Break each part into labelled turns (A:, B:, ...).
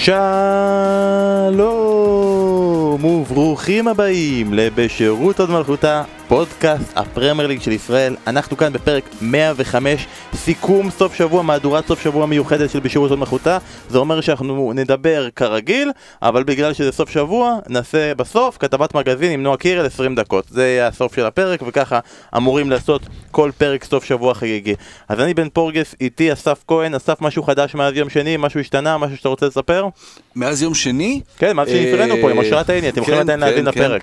A: שלום וברוכים הבאים לבשירות עוד מלכותה, פודקאסט הפרמייר ליג של ישראל. אנחנו כאן בפרק 105, סיכום סוף שבוע, מהדורת סוף שבוע מיוחדת של בשירות עוד מלכותה. זה אומר שאנחנו נדבר כרגיל, אבל בגלל שזה סוף שבוע נעשה בסוף כתבת מגזין עם נועה קירל 20 דקות. זה יהיה הסוף של הפרק, וככה אמורים לעשות כל פרק סוף שבוע חגיגי. אז אני בן פורגס, איתי אסף כהן. אסף, משהו חדש מאז יום שני? משהו השתנה? משהו שאתה רוצה לספר?
B: מאז יום שני?
A: כן, מאז שנפרנו פה עם אושרת עיני, אתם יכולים עדיין להבין לפרק.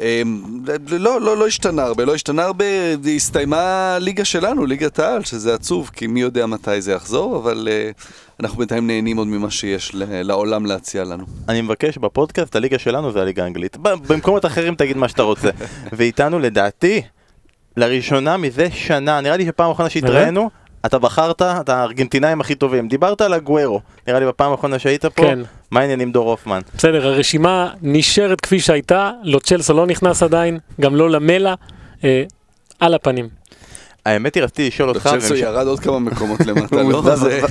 B: לא השתנה הרבה, הסתיימה ליגה שלנו, ליגת העל, שזה עצוב, כי מי יודע מתי זה יחזור, אבל אנחנו בינתיים נהנים עוד ממה שיש לעולם להציע לנו.
A: אני מבקש בפודקאסט, הליגה שלנו זה הליגה האנגלית. במקומות אחרים תגיד מה שאתה רוצה. ואיתנו לדעתי, לראשונה מזה שנה, נראה לי שפעם האחרונה שהתראינו, אתה בחרת את הארגנטינאים הכי טובים. דיברת על הגוארו, נראה לי בפעם האחרונה שהיית פה.
C: כן.
A: מה העניינים דור הופמן?
C: בסדר, הרשימה נשארת כפי שהייתה, לא צ'לסו לא נכנס עדיין, גם לא למלה, על הפנים.
A: האמת היא, רציתי לשאול אותך...
B: צ'לסו ירד עוד כמה מקומות למטה, לא?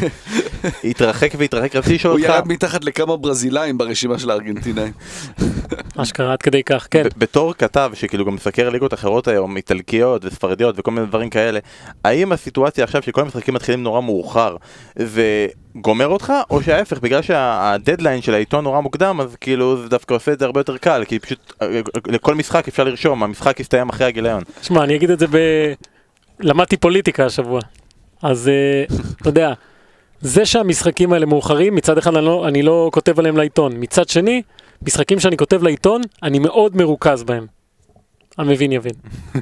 A: התרחק, רציתי לשאול אותך...
B: הוא ירד מתחת לכמה ברזילאים ברשימה של הארגנטינאים.
C: אשכרה עד כדי כך, כן.
A: בתור כתב שכאילו גם מסקר ליגות אחרות היום, איטלקיות וספרדיות וכל מיני דברים כאלה, האם הסיטואציה עכשיו שכל המשחקים מתחילים נורא מאוחר וגומר אותך, או שההפך, בגלל שהדדליין של העיתון נורא מוקדם, אז כאילו זה דווקא עושה את זה הרבה יותר קל, כי פשוט לכל משחק אפשר לרשום, המשחק יסתיים אחרי הגיליון.
C: שמע, אני אגיד את זה למדתי פוליטיקה השבוע, אז אתה יודע, זה שהמשחקים האלה מאוחרים, מצד אחד אני לא כותב עליהם לעיתון, מצד שני, משחקים שאני כותב לעיתון, אני מאוד מרוכז בהם. המבין יבין.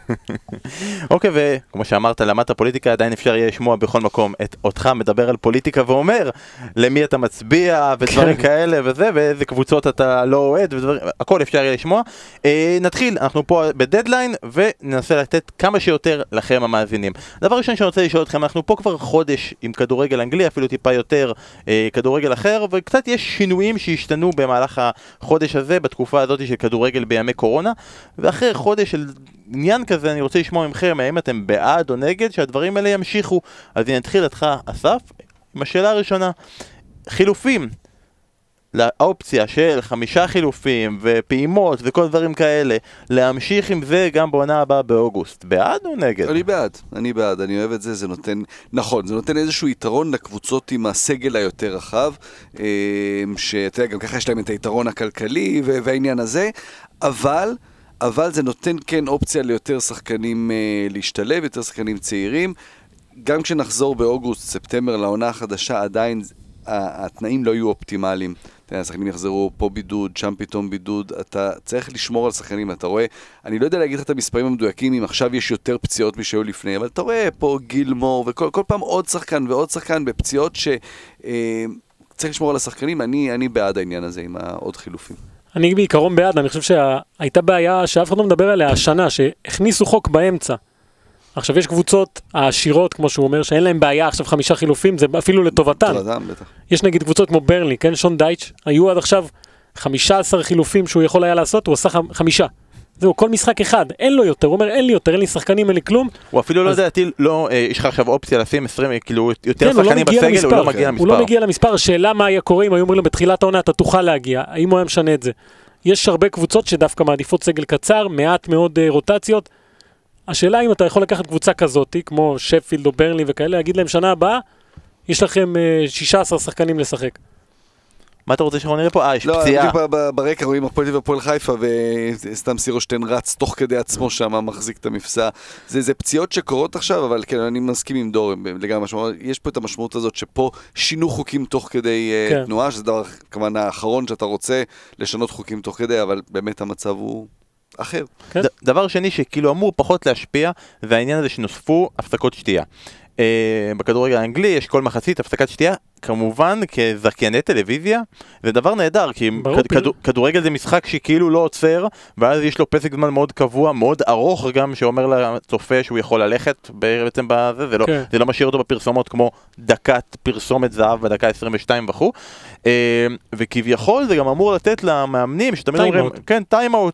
A: אוקיי, וכמו שאמרת, למדת פוליטיקה, עדיין אפשר יהיה לשמוע בכל מקום את אותך מדבר על פוליטיקה ואומר למי אתה מצביע ודברים כאלה וזה, ואיזה קבוצות אתה לא אוהד ודברים, הכל אפשר יהיה לשמוע. נתחיל, אנחנו פה בדדליין וננסה לתת כמה שיותר לכם המאזינים. דבר ראשון שאני רוצה לשאול אתכם, אנחנו פה כבר חודש עם כדורגל אנגלי, אפילו טיפה יותר כדורגל אחר, וקצת יש שינויים שהשתנו במהלך החודש הזה, בתקופה הזאת של כדורגל בימי קורונה, ואחרי חודש של עניין כזה אני רוצה לשמוע ממכם האם אתם בעד או נגד שהדברים האלה ימשיכו. אז אני אתחיל איתך אסף עם השאלה הראשונה, חילופים, לאופציה של 5 חילופים ופעימות וכל דברים כאלה, להמשיך עם זה גם בעונה הבאה באוגוסט, בעד או נגד?
B: אני בעד, אני אוהב את זה, זה נותן, נכון, זה נותן איזשהו יתרון לקבוצות עם הסגל היותר רחב, שאתה יודע, גם ככה יש להם את היתרון הכלכלי והעניין הזה, אבל זה נותן כן אופציה ליותר שחקנים להשתלב, יותר שחקנים צעירים. גם כשנחזור באוגוסט, ספטמבר לעונה החדשה, עדיין התנאים לא יהיו אופטימליים. השחקנים יחזרו פה בידוד, שם פתאום בידוד, אתה צריך לשמור על שחקנים, אתה רואה, אני לא יודע להגיד לך את המספרים המדויקים, אם עכשיו יש יותר פציעות משהיו לפני, אבל אתה רואה פה גילמור, וכל פעם עוד שחקן ועוד שחקן בפציעות שצריך לשמור על השחקנים. אני בעד העניין הזה עם העוד חילופים.
C: אני בעיקרון בעד, אני חושב שהייתה בעיה שאף אחד לא מדבר עליה השנה, שהכניסו חוק באמצע. עכשיו יש קבוצות העשירות, כמו שהוא אומר, שאין להם בעיה עכשיו 5 חילופים, זה אפילו לטובתן. יש נגיד קבוצות כמו ברנלי, כן, שון דייץ', היו עד עכשיו 15 חילופים שהוא יכול היה לעשות, הוא עשה 5. זהו, כל משחק אחד, אין לו יותר, הוא אומר, אין לי יותר, אין לי שחקנים, אין לי כלום.
A: הוא אפילו לא יודע, יש לך עכשיו אופציה לשים 20, כאילו, יותר שחקנים בסגל, הוא לא מגיע למספר.
C: הוא לא מגיע למספר, השאלה מה היה קורה אם היו אומרים לו בתחילת העונה, אתה תוכל להגיע, האם הוא היה משנה את זה. יש הרבה קבוצות שדווקא מעדיפות סגל קצר, מעט מאוד רוטציות. השאלה אם אתה יכול לקחת קבוצה כזאת, כמו שפילד או ברנלי וכאלה, להגיד להם שנה הבאה, יש לכם 16 שחקנים לשחק.
A: מה אתה רוצה שאנחנו נראה פה? יש פציעה.
B: לא, ברקע רואים הפועל והפועל חיפה, וסתם סירושטיין רץ תוך כדי עצמו שם, מחזיק את המפסע. זה פציעות שקורות עכשיו, אבל כן, אני מסכים עם דור לגמרי משמעות. יש פה את המשמעות הזאת שפה שינו חוקים תוך כדי תנועה, שזה דבר כמובן האחרון שאתה רוצה לשנות חוקים תוך כדי, אבל באמת המצב הוא אחר.
A: דבר שני שכאילו אמור פחות להשפיע, זה העניין הזה שנוספו הפסקות שתייה. בכדורגל האנגלי יש כל מחצית הפסקת שתייה, כמובן כזכייני טלוויזיה זה דבר נהדר, כי כדורגל זה משחק שכאילו לא עוצר, ואז יש לו פסק זמן מאוד קבוע, מאוד ארוך גם, שאומר לצופה שהוא יכול ללכת בעצם בזה, זה לא משאיר אותו בפרסומות כמו דקת פרסומת זהב בדקה 22 וכו', וכביכול זה גם אמור לתת למאמנים שתמיד אומרים, כן, טיים אאוט,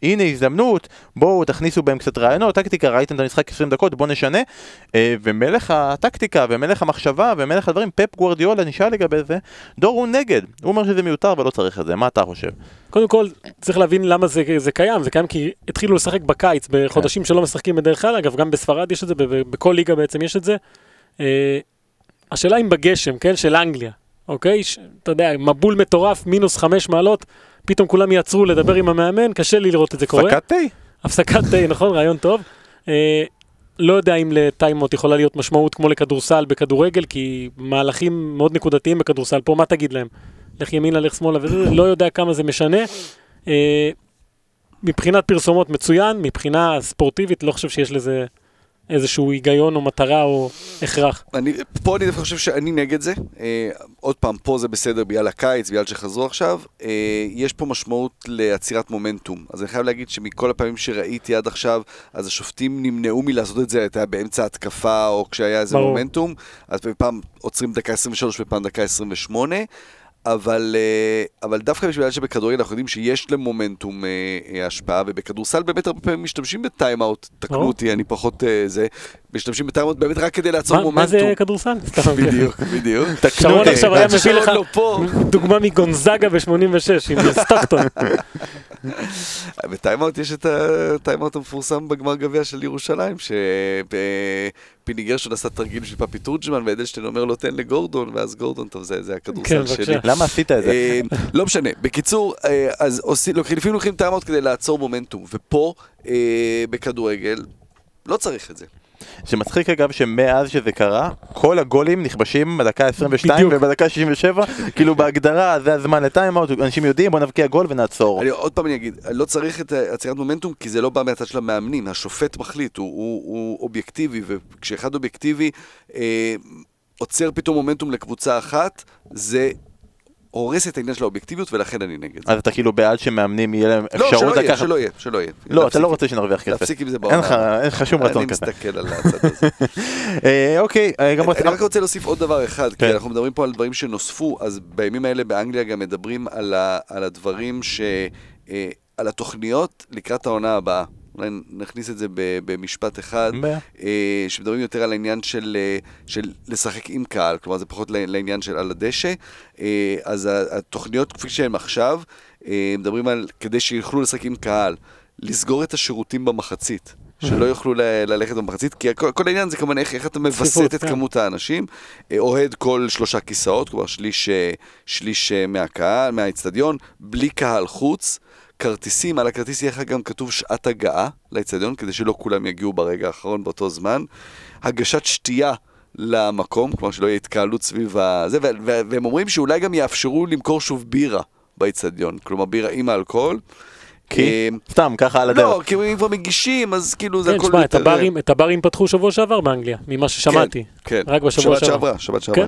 A: הנה הזדמנות, בואו תכניסו בהם קצת רעיונות, טקטיקה, ראיתם את המשחק 20 דקות, בואו נשנה, ומלך הטקטיקה ומלך המחשבה ומלך הדברים, פפ גוארדיולה נשאל לגבי זה, דור הוא נגד, הוא אומר שזה מיותר ולא צריך את זה, מה אתה חושב?
C: קודם כל, צריך להבין למה זה קיים, זה קיים כי התחילו לשחק בקיץ, בחודשים שלא משחקים בדרך כלל, אגב, גם בספרד יש את זה, בכל ליגה בעצם יש את זה. השאלה אם בגשם, כן, של אנגליה, אוקיי? אתה יודע, מבול מטורף, מינוס 5 מעלות, פתאום כולם יעצרו לדבר עם המאמן, קשה לי לראות את זה קורה.
A: הפסקת תה?
C: הפסקת תה, נכון, רעיון טוב. לא יודע אם לטיימות יכולה להיות משמעות כמו לכדורסל בכדורגל, כי מהלכים מאוד נקודתיים בכדורסל, פה מה תגיד להם? לך ימינה, לך שמאלה, וזה לא יודע כמה זה משנה. מבחינת פרסומות מצוין, מבחינה ספורטיבית לא חושב שיש לזה איזשהו היגיון או מטרה או הכרח.
B: פה אני חושב שאני נגד זה. עוד פעם, פה זה בסדר בגלל הקיץ, בגלל שחזרו עכשיו. יש פה משמעות לעצירת מומנטום. אז אני חייב להגיד שמכל הפעמים שראיתי עד עכשיו, אז השופטים נמנעו מלעשות את זה, היה באמצע התקפה או כשהיה איזה מומנטום. אז פעם עוצרים דקה 23 ופעם דקה 28. אבל דווקא בשביל שבכדורגל אנחנו יודעים שיש למומנטום השפעה, ובכדורסל באמת הרבה פעמים משתמשים בטיימאוט, תקנו אותי, אני פחות משתמשים בטיימאוט באמת רק כדי לעצור מומנטום.
C: מה זה כדורסל?
B: בדיוק.
C: שרון עכשיו היה מביא לך דוגמה מגונזאגה ב-86 עם סטוקטון.
B: בטיימאוט יש את הטיימאוט המפורסם בגמר גביע של ירושלים, פיני גרשון עשה תרגיל של פאפי תורג'מן, ואדלשטיין אומר לו תן לגורדון, ואז גורדון, טוב, זה הכדורסל שלי.
A: למה עשית את זה?
B: לא משנה. בקיצור, אז לפעמים לוקחים טיימאוט כדי לעצור מומנטום, ופה בכדורגל לא צריך את זה.
A: שמצחיק אגב שמאז שזה קרה, כל הגולים נכבשים בדקה 22 ובדקה 67, כאילו בהגדרה זה הזמן לטיימאוט, אנשים יודעים בוא נבקיע גול ונעצור.
B: עוד פעם אני אגיד, לא צריך את עצירת מומנטום כי זה לא בא מהצד של המאמנים, השופט מחליט, הוא אובייקטיבי, וכשאחד אובייקטיבי עוצר פתאום מומנטום לקבוצה אחת, זה הורס את העניין של האובייקטיביות, ולכן אני נגד זה.
A: אז אתה כאילו בעד שמאמנים יהיה להם אפשרות לקחת...
B: שלא יהיה.
A: לא, אתה לא רוצה שנרוויח כסף.
B: להפסיק עם זה בעונה.
A: אין לך שום רצון כזה.
B: אני מסתכל על הצד הזה.
A: אוקיי,
B: אני רק רוצה להוסיף עוד דבר אחד, כי אנחנו מדברים פה על דברים שנוספו, אז בימים האלה באנגליה גם מדברים על הדברים על התוכניות לקראת העונה הבאה. אולי נכניס את זה במשפט אחד, שמדברים יותר על העניין של לשחק עם קהל, כלומר זה פחות לעניין של על הדשא, אז התוכניות כפי שהן עכשיו, מדברים על כדי שיוכלו לשחק עם קהל, לסגור את השירותים במחצית, שלא יוכלו ללכת במחצית, כי כל העניין זה כמובן איך אתה מבסט את כמות האנשים, אוהד כל 3 כיסאות, כלומר שליש מהקהל, מהאצטדיון, בלי קהל חוץ, כרטיסים, על הכרטיס יהיה גם כתוב שעת הגעה לאצטדיון, כדי שלא כולם יגיעו ברגע האחרון באותו זמן. הגשת שתייה למקום, כלומר שלא יהיה התקהלות סביב זה, והם אומרים שאולי גם יאפשרו למכור שוב בירה באצטדיון, כלומר בירה עם האלכוהול.
A: כי סתם, ככה על הדרך.
B: לא, כי אם כבר מגישים, אז כאילו זה הכל...
C: כן, תשמע, את הברים פתחו שבוע שעבר באנגליה, ממה ששמעתי.
B: כן,
C: רק בשבוע שעבר.
B: שבת שעברה.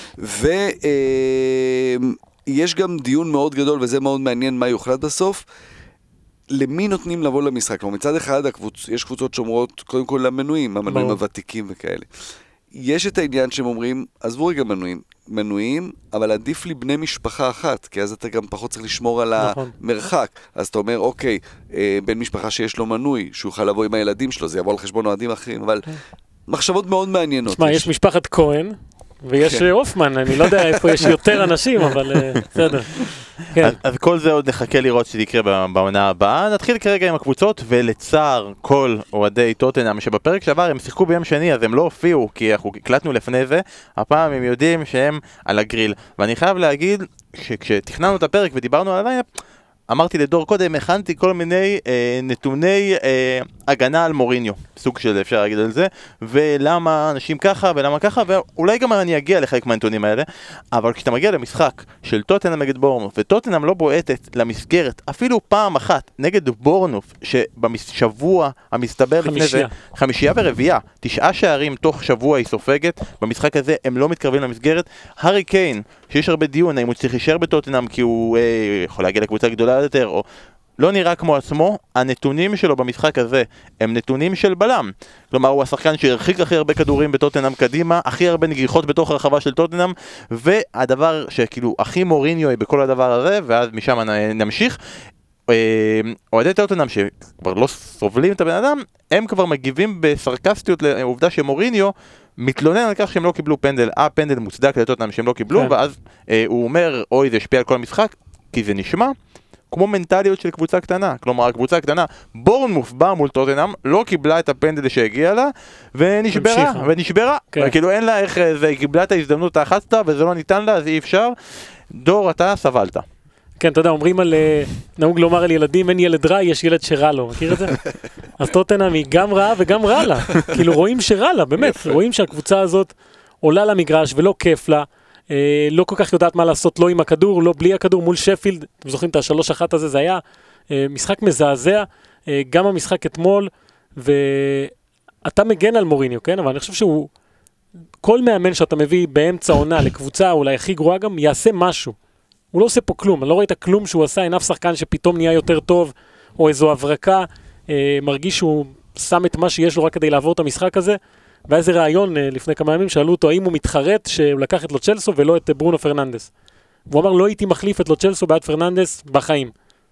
B: יש גם דיון מאוד גדול, וזה מאוד מעניין מה יוחלט בסוף, למי נותנים לבוא למשחק. כלומר, מצד אחד יש קבוצות שאומרות, קודם כל למנויים, המנויים הוותיקים וכאלה. יש את העניין שהם אומרים, עזבו רגע מנויים, אבל עדיף לי בני משפחה אחת, כי אז אתה גם פחות צריך לשמור על המרחק. אז אתה אומר, אוקיי, בן משפחה שיש לו מנוי, שהוא יוכל לבוא עם הילדים שלו, זה יבוא על חשבון אוהדים אחרים, אבל מחשבות מאוד מעניינות.
C: תשמע, יש משפחת כהן, ויש אופמן, אני לא יודע איפה יש יותר אנשים, אבל בסדר.
A: אז כל זה עוד נחכה לראות שזה יקרה בעונה הבאה. נתחיל כרגע עם הקבוצות, ולצער כל אוהדי טוטנהאם שבפרק שעבר הם שיחקו ביום שני, אז הם לא הופיעו, כי אנחנו הקלטנו לפני זה, הפעם הם יודעים שהם על הגריל. ואני חייב להגיד שכשתכננו את הפרק ודיברנו על הליינאפ, אמרתי לדור קודם, הכנתי כל מיני נתוני הגנה על מוריניו, סוג של אפשר להגיד על זה, ולמה אנשים ככה ולמה ככה, ואולי גם אני אגיע לחלק מהנתונים האלה, אבל כשאתה מגיע למשחק של טוטנהאם נגד בורנוף, וטוטנהאם לא בועטת למסגרת, אפילו פעם אחת נגד בורנוף, שבשבוע המסתבר לפני זה, 5 ורביעה, 9 שערים תוך שבוע היא סופגת, במשחק הזה הם לא מתקרבים למסגרת. הארי קיין, שיש הרבה דיון, האם הוא צריך להישאר בטוטנהאם כי הוא יכול להגיע לקבוצה גדולה יותר, או לא נראה כמו עצמו, הנתונים שלו במשחק הזה הם נתונים של בלם. כלומר, הוא השחקן שהרחיק הכי הרבה כדורים בטוטנהאם קדימה, הכי הרבה נגיחות בתוך הרחבה של טוטנהאם, והדבר שכאילו הכי מוריניו בכל הדבר הזה, ואז משם נמשיך, אוהדי טוטנהאם שכבר לא סובלים את הבן אדם, הם כבר מגיבים בסרקסטיות לעובדה שמוריניו מתלונן על כך שהם לא קיבלו פנדל, פנדל מוצדק לטוטנהאם שהם לא קיבלו, ואז הוא אומר, אוי זה השפיע על כל המשחק, כי זה נשמע כמו מנטליות של קבוצה קטנה, כלומר הקבוצה הקטנה, בורנמוף באה מול טוטנהאם, לא קיבלה את הפנדל שהגיע לה, ונשברה, כאילו אין לה איך, היא קיבלה את ההזדמנות האחת וזה לא ניתן לה, אז אי אפשר. דור, אתה סבלת.
C: כן, אתה יודע, אומרים על, נהוג לומר על ילדים, אין ילד רע, יש ילד שרע לו, מכיר את זה? אז טוטנהאם היא גם רעה וגם רע לה, כאילו רואים שרע לה, באמת, רואים שהקבוצה הזאת עולה למגרש ולא כיף לה, לא כל כך יודעת מה לעשות, לא עם הכדור, לא בלי הכדור, מול שפילד, אתם זוכרים את ה3-1 הזה, זה היה משחק מזעזע, גם המשחק אתמול, ואתה מגן על מוריניו, כן? אבל אני חושב שהוא, כל מאמן שאתה מביא באמצע עונה לקבוצה, אולי הכי גרועה גם, יעשה משהו. הוא לא עושה פה כלום, אני לא ראית כלום שהוא עשה, אין אף שחקן שפתאום נהיה יותר טוב, או איזו הברקה, מרגיש שהוא שם את מה שיש לו רק כדי לעבור את המשחק הזה, והיה איזה רעיון לפני כמה ימים, שאלו אותו האם הוא מתחרט שהוא לקח את לו צ'לסו ולא את ברונו פרננדס. והוא אמר, לא הייתי מחליף את לו צ'לסו בעד פרננדס בחיים.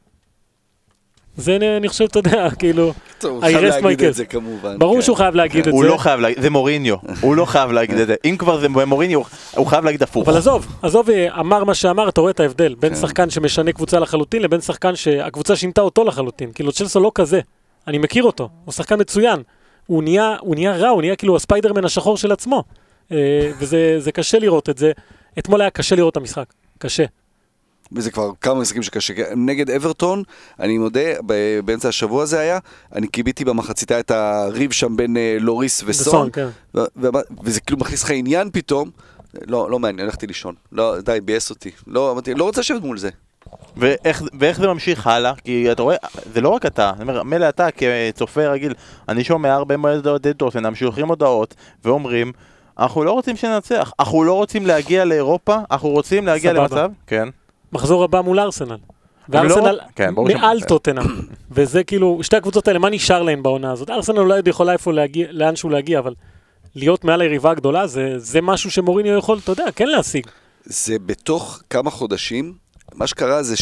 C: זה אני חושב, אתה יודע, כאילו,
B: הוא חייב להגיד את זה כמובן.
C: ברור שהוא חייב להגיד את זה.
A: הוא לא חייב להגיד, זה מוריניו, הוא לא חייב להגיד את זה. אם כבר זה מוריניו, הוא חייב להגיד הפוך.
C: אבל עזוב, אמר מה שאמר, אתה רואה את ההבדל, בין שחקן שמשנה קבוצה לחלוטין, לבין שחקן שהקבוצה שינתה אותו לחלוטין. כאילו, צ'לסו לא כזה. אני מכיר אותו, הוא שחקן מצוין. הוא נהיה רע, הוא נהיה כאילו הספיידרמן השחור של עצמו. וזה קשה לראות את זה. אתמול היה קשה לראות את המשחק. קשה.
B: וזה כבר כמה משחקים שקשה. נגד אברטון, אני מודה, באמצע השבוע הזה היה, אני קיביתי במחציתה את הריב שם בין לוריס וסון,
C: כן.
B: וזה כאילו מכניס לך עניין פתאום. לא מעניין, הלכתי לישון. לא, די, בייס אותי. לא רוצה לשבת מול זה.
A: ואיך זה ממשיך הלאה? כי אתה רואה, זה לא רק אתה, מלא אתה כצופה רגיל, אני שומע הרבה מאוד אוהדי טוטנהאם שולחים הודעות ואומרים, אנחנו לא רוצים שננצח, אנחנו לא רוצים להגיע לאירופה, אנחנו רוצים להגיע למצב, כן.
C: מחזור הבא מול ארסנל. וארסנל מעל טוטנהאם. וזה כאילו, שתי הקבוצות האלה, מה נשאר להן בעונה הזאת? ארסנל אולי עוד יכולה לאן שהוא להגיע, אבל להיות מעל היריבה הגדולה, זה משהו שמוריניו יכול, אתה יודע, כן להשיג.
B: זה בתוך כמה חודשים, מה שקרה זה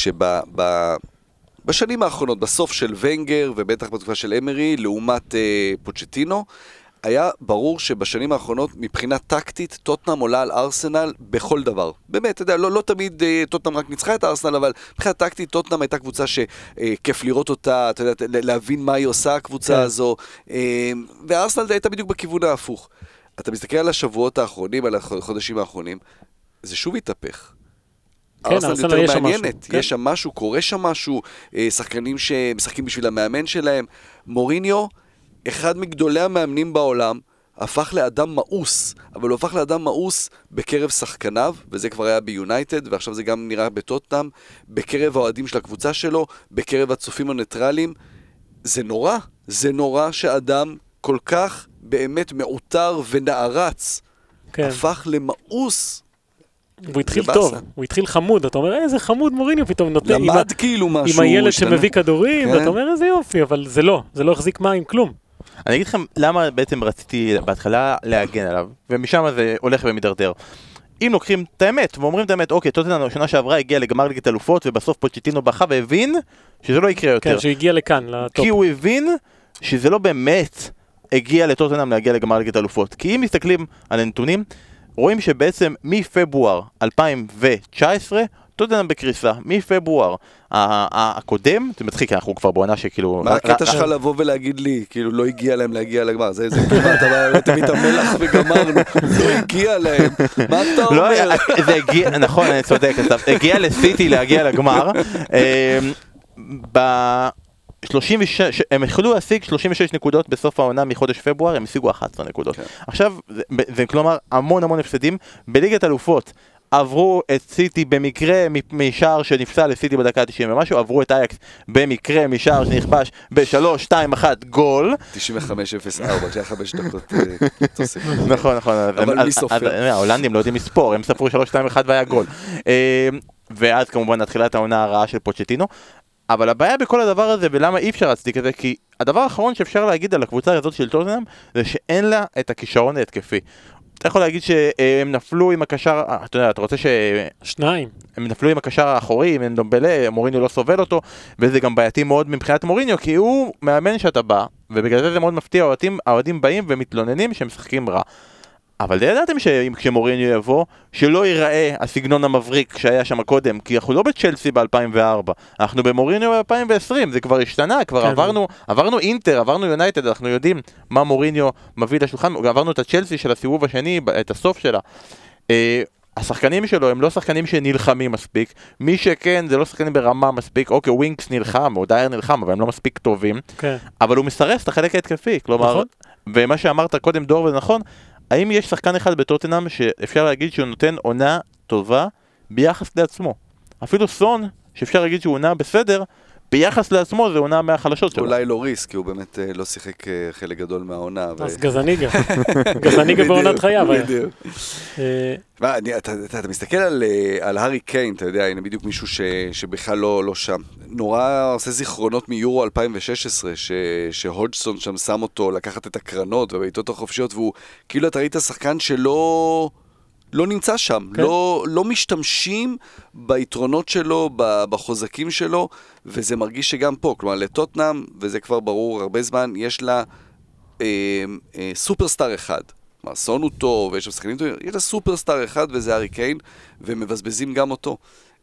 B: שבשנים האחרונות, בסוף של ונגר, ובטח בתקופה של אמרי, לעומת פוצ'טינו, היה ברור שבשנים האחרונות, מבחינה טקטית, טוטנהאם עולה על ארסנל בכל דבר. באמת, אתה יודע, לא תמיד טוטנהאם רק ניצחה את ארסנל, אבל מבחינה טקטית, טוטנהאם הייתה קבוצה שכיף לראות אותה, אתה יודע, להבין מה היא עושה, הקבוצה הזו, וארסנל הייתה בדיוק בכיוון ההפוך. אתה מסתכל על השבועות האחרונים, על החודשים האחרונים, זה שוב התהפך. ארסנל יותר מעניינת, יש שם משהו, קורה שם משהו, שחקנים שמשחקים בשביל המאמן שלהם. מוריניו, אחד מגדולי המאמנים בעולם, הפך לאדם מאוס, אבל הוא הפך לאדם מאוס בקרב שחקניו, וזה כבר היה ביונייטד, ועכשיו זה גם נראה בטוטנהאם, בקרב האוהדים של הקבוצה שלו, בקרב הצופים הניטרליים. זה נורא שאדם כל כך באמת מעוטר ונערץ, הפך למאוס.
C: הוא התחיל טוב, הוא התחיל חמוד, אתה אומר, איזה חמוד מוריניו פתאום נותן,
B: למד כאילו משהו,
C: עם הילד שמביא כדורים, ואתה אומר, איזה יופי, אבל זה לא החזיק מים, כלום.
A: אני אגיד לכם למה בעצם רציתי בהתחלה להגן עליו, ומשם זה הולך ומדרדר. אם לוקחים את האמת, ואומרים את האמת, אוקיי, טוטנהאם השנה שעברה הגיע לגמר ליגת אלופות, ובסוף פוצ'טינו בכה והבין שזה לא יקרה יותר.
C: כן, שהוא הגיע לכאן, לטופ.
A: כי הוא הבין שזה לא באמת הגיע לטוטנהאם להגיע לגמר ליגת אלופות. כי אם מסתכלים על הנתונים, רואים שבעצם מפברואר 2019, טוטנהאם בקריסה, מפברואר הקודם, זה מצחיק, אנחנו כבר בעונה שכאילו...
B: מה הקטע שלך לבוא ולהגיד לי, כאילו לא הגיע להם להגיע לגמר, זה כמעט, אבל תמיד המלח וגמרנו, לא הגיע להם, מה אתה אומר?
A: זה הגיע, נכון, אני צודק, הגיע לסיטי להגיע לגמר, הם יכלו להשיג 36 נקודות בסוף העונה מחודש פברואר, הם השיגו 11 נקודות. עכשיו, זה כלומר המון הפסדים, בליגת אלופות, עברו את סיטי במקרה משער שנפסל לסיטי בדקה ה-90 ומשהו, עברו את אייקס במקרה משער שנכבש ב-3-2-1 גול.
B: 95-0-4, שהיה 5 דקות תוסף.
A: נכון.
B: אבל מי סופר?
A: ההולנדים לא יודעים לספור, הם ספרו 3-2-1 והיה גול. ואז כמובן התחילת העונה הרעה של פוצ'טינו. אבל הבעיה בכל הדבר הזה, ולמה אי אפשר להצדיק את זה, כי הדבר האחרון שאפשר להגיד על הקבוצה הזאת של טוטנהאם, זה שאין לה את הכישרון ההתקפי. אתה יכול להגיד שהם נפלו עם הקשר, אתה יודע, אתה רוצה
C: שניים.
A: הם נפלו עם הקשר האחורי, עם דומבלה, מוריניו לא סובל אותו, וזה גם בעייתי מאוד מבחינת מוריניו, כי הוא מאמן שאתה בא, ובגלל זה מאוד מפתיע, האוהדים באים ומתלוננים שהם משחקים רע. אבל ידעתם שכשמוריניו יבוא, שלא ייראה הסגנון המבריק שהיה שם קודם, כי אנחנו לא בצ'לסי ב-2004, אנחנו במוריניו ב-2020, זה כבר השתנה, כבר עברנו אינטר, עברנו יונייטד, אנחנו יודעים מה מוריניו מביא לשולחן, עברנו את הצ'לסי של הסיבוב השני, את הסוף שלה. השחקנים שלו הם לא שחקנים שנלחמים מספיק, מי שכן זה לא שחקנים ברמה מספיק, אוקיי, ווינקס נלחם, או דייר נלחם, אבל הם לא מספיק טובים, אבל הוא מסרס את החלק ההתקפי, כלומר, ומה שאמרת קודם דור ונכון, האם יש שחקן אחד בטוטנהאם שאפשר להגיד שהוא נותן עונה טובה ביחס לעצמו? אפילו סון, שאפשר להגיד שהוא עונה בסדר, ביחס לעצמו זה עונה מהחלשות שלו.
B: אולי לא ריס, כי הוא באמת לא שיחק חלק גדול מהעונה.
C: אז גזניגה. גזניגה בעונת חייו.
B: אתה מסתכל על הארי קיין, אתה יודע, הנה בדיוק מישהו שבכלל לא שם. נורא עושה זיכרונות מיורו 2016, שהודג'סון שם שם אותו לקחת את הקרנות ובעיטות החופשיות, והוא כאילו אתה ראית שחקן שלא נמצא שם, לא משתמשים ביתרונות שלו, בחוזקים שלו, וזה מרגיש שגם פה, כלומר לטוטנהאם, וזה כבר ברור הרבה זמן, יש לה סופרסטאר אחד. סון הוא טוב, ויש שם שחקנים טובים, יש לה סופרסטאר אחד וזה הארי קיין, ומבזבזים גם אותו.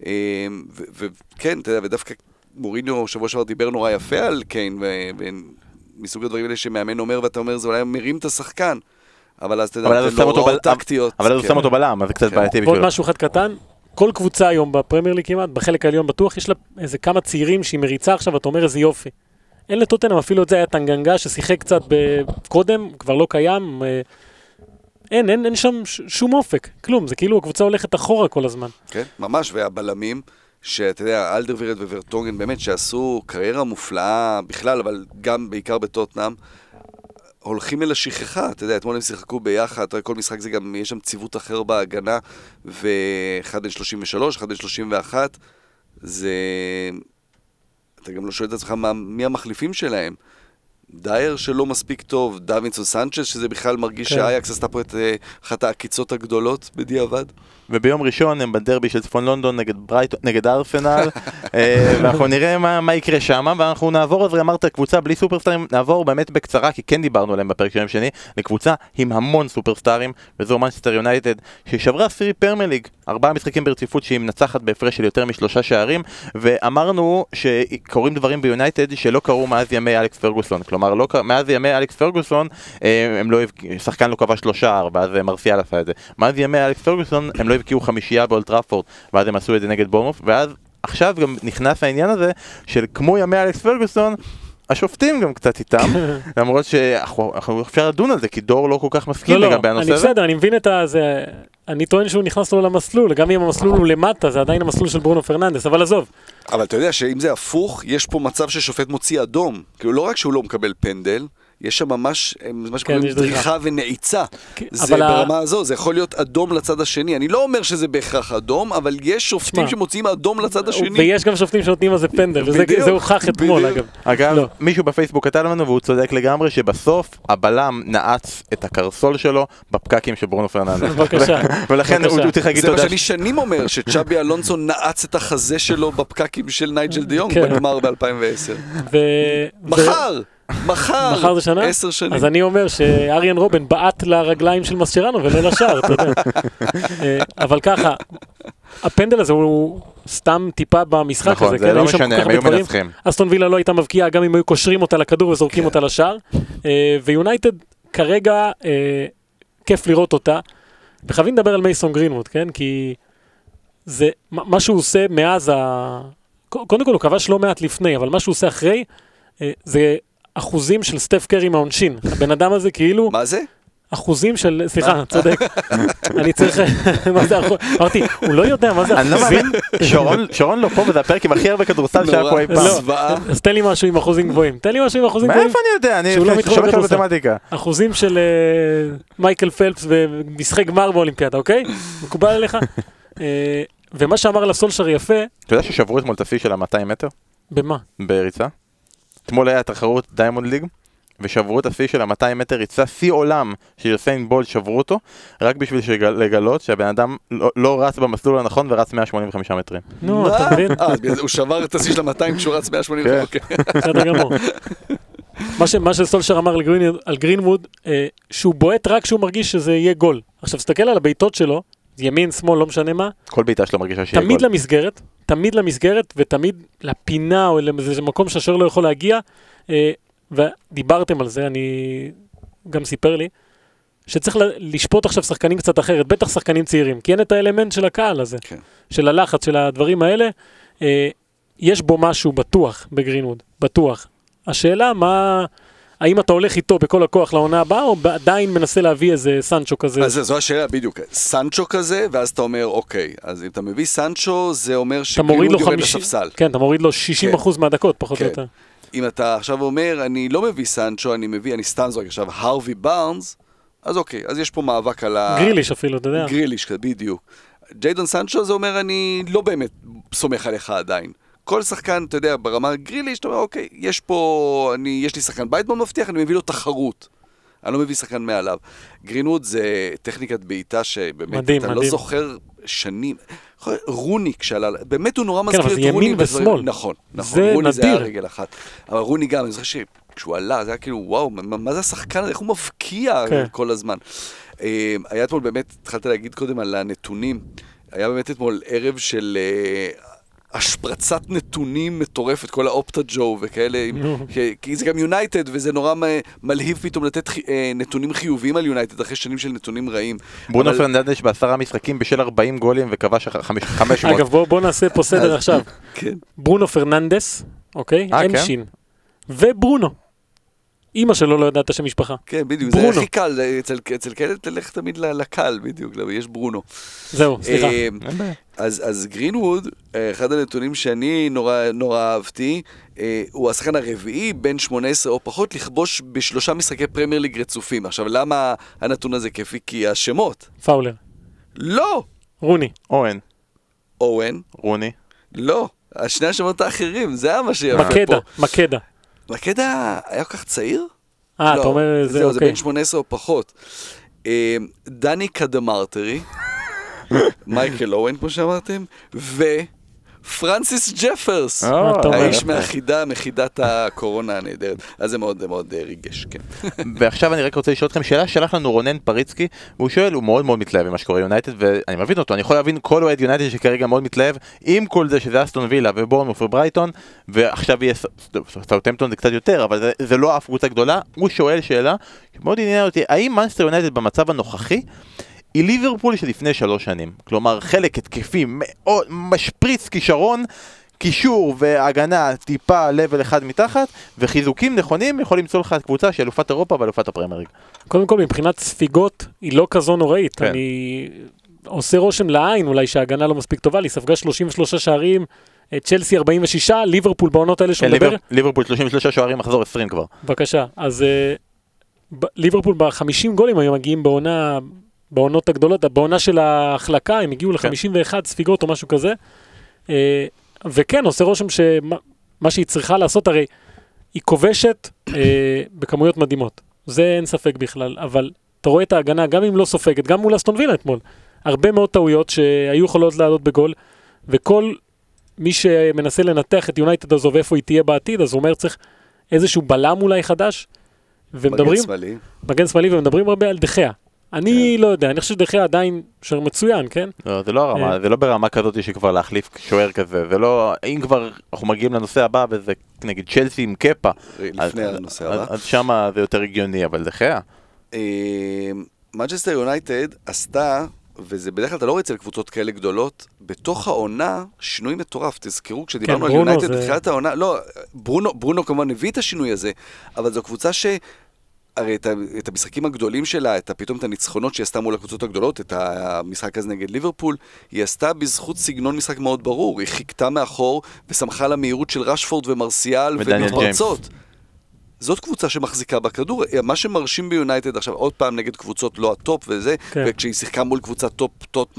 B: וכן, אתה יודע, ודווקא מוריניו שבוע שעבר דיבר נורא יפה על קיין, מסוג הדברים האלה שמאמן אומר, ואתה אומר, זה אולי מרים את השחקן. אבל אז אתה יודע, זה לא הוראות טקטיות.
A: אבל אז הוא שם אותו בלם, אז זה קצת בעייתי בשבילו.
C: ועוד משהו אחד קטן, כל קבוצה היום בפרמייר ליג כמעט, בחלק העליון בטוח, יש לה איזה כמה צעירים שהיא מריצה עכשיו, ואתה אומר איזה יופי. אין לטוטנהאם, אפילו את זה היה טנגנגה ששיחק קצת קודם, כבר לא קיים. אין שם שום אופק, כלום, זה כאילו הקבוצה הולכת אחורה כל הזמן.
B: כן, ממש, והבלמים, שאתה יודע, אלדרווירד וורטונגן באמת שעשו קריירה מופלאה בכלל, אבל גם בעיקר בטוטנהאם, הולכים אל השכחה, אתה יודע, אתמול הם שיחקו ביחד, כל משחק זה גם, יש שם ציוות אחר בהגנה, ואחד בן 33, אחד בן 31, זה... אתה גם לא שואל את עצמך מי המחליפים שלהם. דייר שלא מספיק טוב, דווינסון סנצ'ס, שזה בכלל מרגיש שהאייקס עשתה פה את אחת העקיצות הגדולות בדיעבד.
A: וביום ראשון הם בדרבי של צפון לונדון נגד ארסנל, ואנחנו נראה מה יקרה שם, ואנחנו נעבור, אז אמרת, קבוצה בלי סופרסטארים, נעבור באמת בקצרה, כי כן דיברנו עליהם בפרק שלהם שני, לקבוצה עם המון סופרסטארים, וזו מנצ'סטר יונייטד, ששברה 10 פרמייר ליג, 4 משחקים ברציפות שהיא מנצחת בהפרש של יותר מ3 שערים, ואמרנו שקורים דברים ביונייטד שלא קרו מאז ימי אלכס פרגוסון, כלומר, מאז ימי אלכס פרגוסון, שחקן לא קבע 3 שערים, ואז מרסיאל עשה את זה. מאז ימי אלכס פרגוסון, הם לא הבקיעו 5 באולד טראפורד, ואז הם עשו את זה נגד בורנמות', ואז עכשיו גם נכנס העניין הזה של כמו ימי אלכס פרגוסון, השופטים גם קצת איתם, למרות שאנחנו אפשר לדון על זה, כי דור לא כל כך מסכים לגבי הנושא הזה.
C: אני בסדר, אני מבין את זה, אני טוען שהוא נכנס לו למסלול, גם אם המסלול הוא למטה, זה עדיין המסלול של ברונו פרננדס, אבל עזוב.
B: אבל אתה יודע שאם זה הפוך, יש פה מצב ששופט מוציא אדום, כאילו לא רק שהוא לא מקבל פנדל, יש שם ממש דריכה ונעיצה. זה ברמה הזו, זה יכול להיות אדום לצד השני. אני לא אומר שזה בהכרח אדום, אבל יש שופטים שמוציאים אדום לצד השני.
C: ויש גם שופטים שנותנים על זה פנדל, וזה הוכח אתמול, אגב.
A: אגב, מישהו בפייסבוק כתב לנו, והוא צודק לגמרי, שבסוף הבלם נעץ את הקרסול שלו בפקקים של ברונו פרננדס.
C: בבקשה.
A: ולכן הוא צריך להגיד תודה.
B: זה מה שאני שנים אומר, שצ'אבי אלונסו נעץ את החזה שלו בפקקים של נייג'ל דיונג בגמר ב-2010. מחר
C: זה שנה?
B: 10 שנים.
C: אז אני אומר שאריאן רובן בעט לרגליים של מסצ'רנו ולא לשער, אתה יודע. אבל ככה, הפנדל הזה הוא סתם טיפה במשחק הזה.
A: נכון, זה לא משנה, הם היו מנצחים.
C: אסטון וילה לא הייתה מבקיעה, גם אם היו קושרים אותה לכדור וזורקים אותה לשער. ויונייטד כרגע כיף לראות אותה. וחייבים לדבר על מייסון גרינווד, כן? כי זה מה שהוא עושה מאז קודם כל הוא כבש לא מעט לפני, אבל מה שהוא עושה אחרי, זה אחוזים של סטף קרי מהעונשין. הבן אדם הזה כאילו...
B: מה זה?
C: אחוזים של... סליחה, צודק. אני צריך... מה זה אחוז? אמרתי, הוא לא יודע מה זה אחוזים.
A: שרון לא פה, וזה הפרק עם הכי הרבה כדורסל שהיה פה אי פעם.
C: לא, אז תן לי משהו עם אחוזים גבוהים.
A: מאיפה אני יודע? אני שומע על מתמטיקה.
C: אחוזים של מייקל פלפס ומשחק גמר באולימפיאדה, אוקיי? מקובל עליך? ומה שאמר לסולשר יפה...
A: אתה יודע ששברו אתמול את השיא של ה-200 מטר?
C: במה?
A: בריצה. אתמול היה תחרות דיימונד ליג, ושברו את השיא של ה-200 מטר ריצה, שיא עולם של יוסיין בולט שברו אותו, רק בשביל לגלות שהבן אדם לא רץ במסלול הנכון ורץ 185 מטרים.
C: נו, אתה מבין?
B: הוא שבר את השיא של ה-200 כשהוא רץ 185, אוקיי.
C: בסדר גמור. מה שסולשר אמר על גרינווד, שהוא בועט רק שהוא מרגיש שזה יהיה גול. עכשיו, סתכל על הביתות שלו, ימין, שמאל, לא משנה מה.
A: כל בעיטה שלו מרגישה שיהיה גול.
C: תמיד למסגרת, ותמיד לפינה, או לאיזה מקום שהשוער לא יכול להגיע, ודיברתם על זה, אני גם סיפר לי, שצריך לשפוט עכשיו שחקנים קצת אחרת, בטח שחקנים צעירים, כי אין את האלמנט של הקהל הזה, של הלחץ, של הדברים האלה, יש בו משהו בטוח בגרינווד, בטוח. השאלה האם אתה הולך איתו בכל הכוח לעונה הבאה, או עדיין מנסה להביא איזה סנצ'ו כזה?
B: אז זו השאלה בדיוק, סנצ'ו כזה, ואז אתה אומר, אוקיי, אז אם אתה מביא סנצ'ו, זה אומר שגרינווד יורד לספסל.
C: כן, אתה מוריד לו 60% מהדקות, פחות או יותר.
B: אם אתה עכשיו אומר, אני לא מביא סנצ'ו, אני סתם זורק עכשיו, הרווי בארנס, אז אוקיי, אז יש פה מאבק על
C: גריליש אפילו, אתה יודע.
B: גריליש, בדיוק. ג'יידון סנצ'ו זה אומר, אני לא באמת סומך עליך עדיין. כל שחקן, אתה יודע, ברמה גריליש, אתה אומר, אוקיי, יש לי שחקן בית מאוד מבטיח, אני מביא לו תחרות. אני לא מביא שחקן מעליו. גרינווד זה טכניקת בעיטה שבאמת, אתה לא זוכר שנים. רוני כשעלה, באמת הוא נורא מזכיר את רוני.
C: כן, אבל זה ימין ושמאל.
B: נכון.
C: זה
B: רוני זה היה
C: נדיר.
B: רגל אחת. אבל רוני גם, אני זוכר שכשהוא עלה, זה היה כאילו, וואו, מה זה השחקן הזה? איך הוא מבקיע כל הזמן? היה אתמול באמת, התחלת להגיד קודם על הנתונים, היה באמת אתמול ערב של השפרצת נתונים מטורפת, כל האופטה ג'ו וכאלה, כי זה גם יונייטד, וזה נורא מלהיב פתאום לתת נתונים חיוביים על יונייטד, אחרי שנים של נתונים רעים.
A: ברונו פרננדש ב10 משחקים בשל 40 גולים וכבש 500.
C: אגב, בוא נעשה פה סדר עכשיו. ברונו פרננדס, אוקיי? אין שין. וברונו. אמא שלו לא יודעת שם משפחה.
B: כן, בדיוק, זה הכי קל, אצל כאלה תלך תמיד לקל, בדיוק, יש ברונו.
C: זהו, סליחה.
B: אז גרינווד, אחד הנתונים שאני נורא אהבתי, הוא השחקן הרביעי, בין 18 או פחות, לכבוש ב3 משחקי פרמייר ליג רצופים. עכשיו, למה הנתון הזה כיפי? כי השמות.
C: פאולר.
B: לא!
C: רוני.
B: אוהן.
A: רוני.
B: לא. השני השמות האחרים, זה היה מה שיפה פה.
C: מקדה.
B: מקדה היה כל כך צעיר?
C: אתה אומר, זה אוקיי.
B: זה בין 18 או פחות. דני קדמרטרי, מייקל אוהן, כמו שאמרתם, ופרנסיס ג'פרס, האיש מחידת הקורונה הנהדרת. אז זה מאוד מאוד ריגש, כן.
A: ועכשיו אני רק רוצה לשאול אתכם שאלה, שלח לנו רונן פריצקי, והוא שואל, הוא מאוד מאוד מתלהב עם מה שקורה יונייטד, ואני מבין אותו, אני יכול להבין כל אוהד יונייטד שכרגע מאוד מתלהב, עם כל זה שזה אסטון וילה ובורנמות' וברייטון, ועכשיו יהיה סאות'המפטון זה קצת יותר, אבל זה לא אף קבוצה גדולה. הוא שואל שאלה שמאוד עניין אותי, האם מנצ'סטר יונייטד במצב הנוכחי היא ליברפול שלפני 3 שנים? כלומר, חלק התקפי, משפריץ כישרון, קישור והגנה טיפה לבל אחד מתחת, וחיזוקים נכונים יכול למצוא לך את קבוצה של אלופת אירופה ואלופת הפרמייר ליג.
C: קודם כל, מבחינת ספיגות, היא לא כזו נוראית. כן. אני עושה רושם לעין, אולי שההגנה לא מספיק טובה, היא ספגה 33 שערים, צ'לסי 46, ליברפול בעונות האלה שהוא מדבר.
A: ליברפול 33 שערים, מחזור 20 כבר.
C: בבקשה, אז ליברפול ב-50 גולים היום מגיעים בעונות הגדולות, בעונה של ההחלקה, הם הגיעו ל-51 ספיגות או משהו כזה, וכן, עושה רושם שמה שהיא צריכה לעשות, הרי היא כובשת בכמויות מדהימות, זה אין ספק בכלל, אבל אתה רואה את ההגנה, גם אם לא סופגת, גם מול אסטון וילה אתמול, הרבה מאוד טעויות שהיו יכולות לעלות בגול, וכל מי שמנסה לנתח את יונייטד הזו ואיפה היא תהיה בעתיד, אז הוא אומר צריך איזשהו בלם אולי חדש, מגן שמאלי, ומדברים הרבה על דחיה. אני לא יודע, אני חושב שדחיה עדיין שוער מצוין, כן?
A: לא, זה לא הרמה, זה לא ברמה כזאת שכבר להחליף שוער כזה, זה לא, אם כבר אנחנו מגיעים לנושא הבא, וזה נגיד צ'לסי עם קפה,
B: לפני הנושא הבא.
A: אז שמה זה יותר הגיוני, אבל דחיה.
B: מנצ'סטר יונייטד עשתה, וזה בדרך כלל אתה לא רואה אצל קבוצות כאלה גדולות, בתוך העונה שינוי מטורף. תזכרו, כשדיברנו על יונייטד בתחילת העונה, לא, ברונו כמובן הביא את השינוי הזה, אבל זו קבוצה הרי את המשחקים הגדולים שלה, פתאום את הניצחונות שהיא עשתה מול הקבוצות הגדולות, את המשחק הזה נגד ליברפול, היא עשתה בזכות סגנון משחק מאוד ברור, היא חיכתה מאחור ושמחה למהירות של רשפורד ומרסיאל ומתפרצות. זאת קבוצה שמחזיקה בכדור, מה שמרשים ביונייטד עכשיו עוד פעם נגד קבוצות לא הטופ וזה, וכשהיא שיחקה מול קבוצת טופ טוטנאם,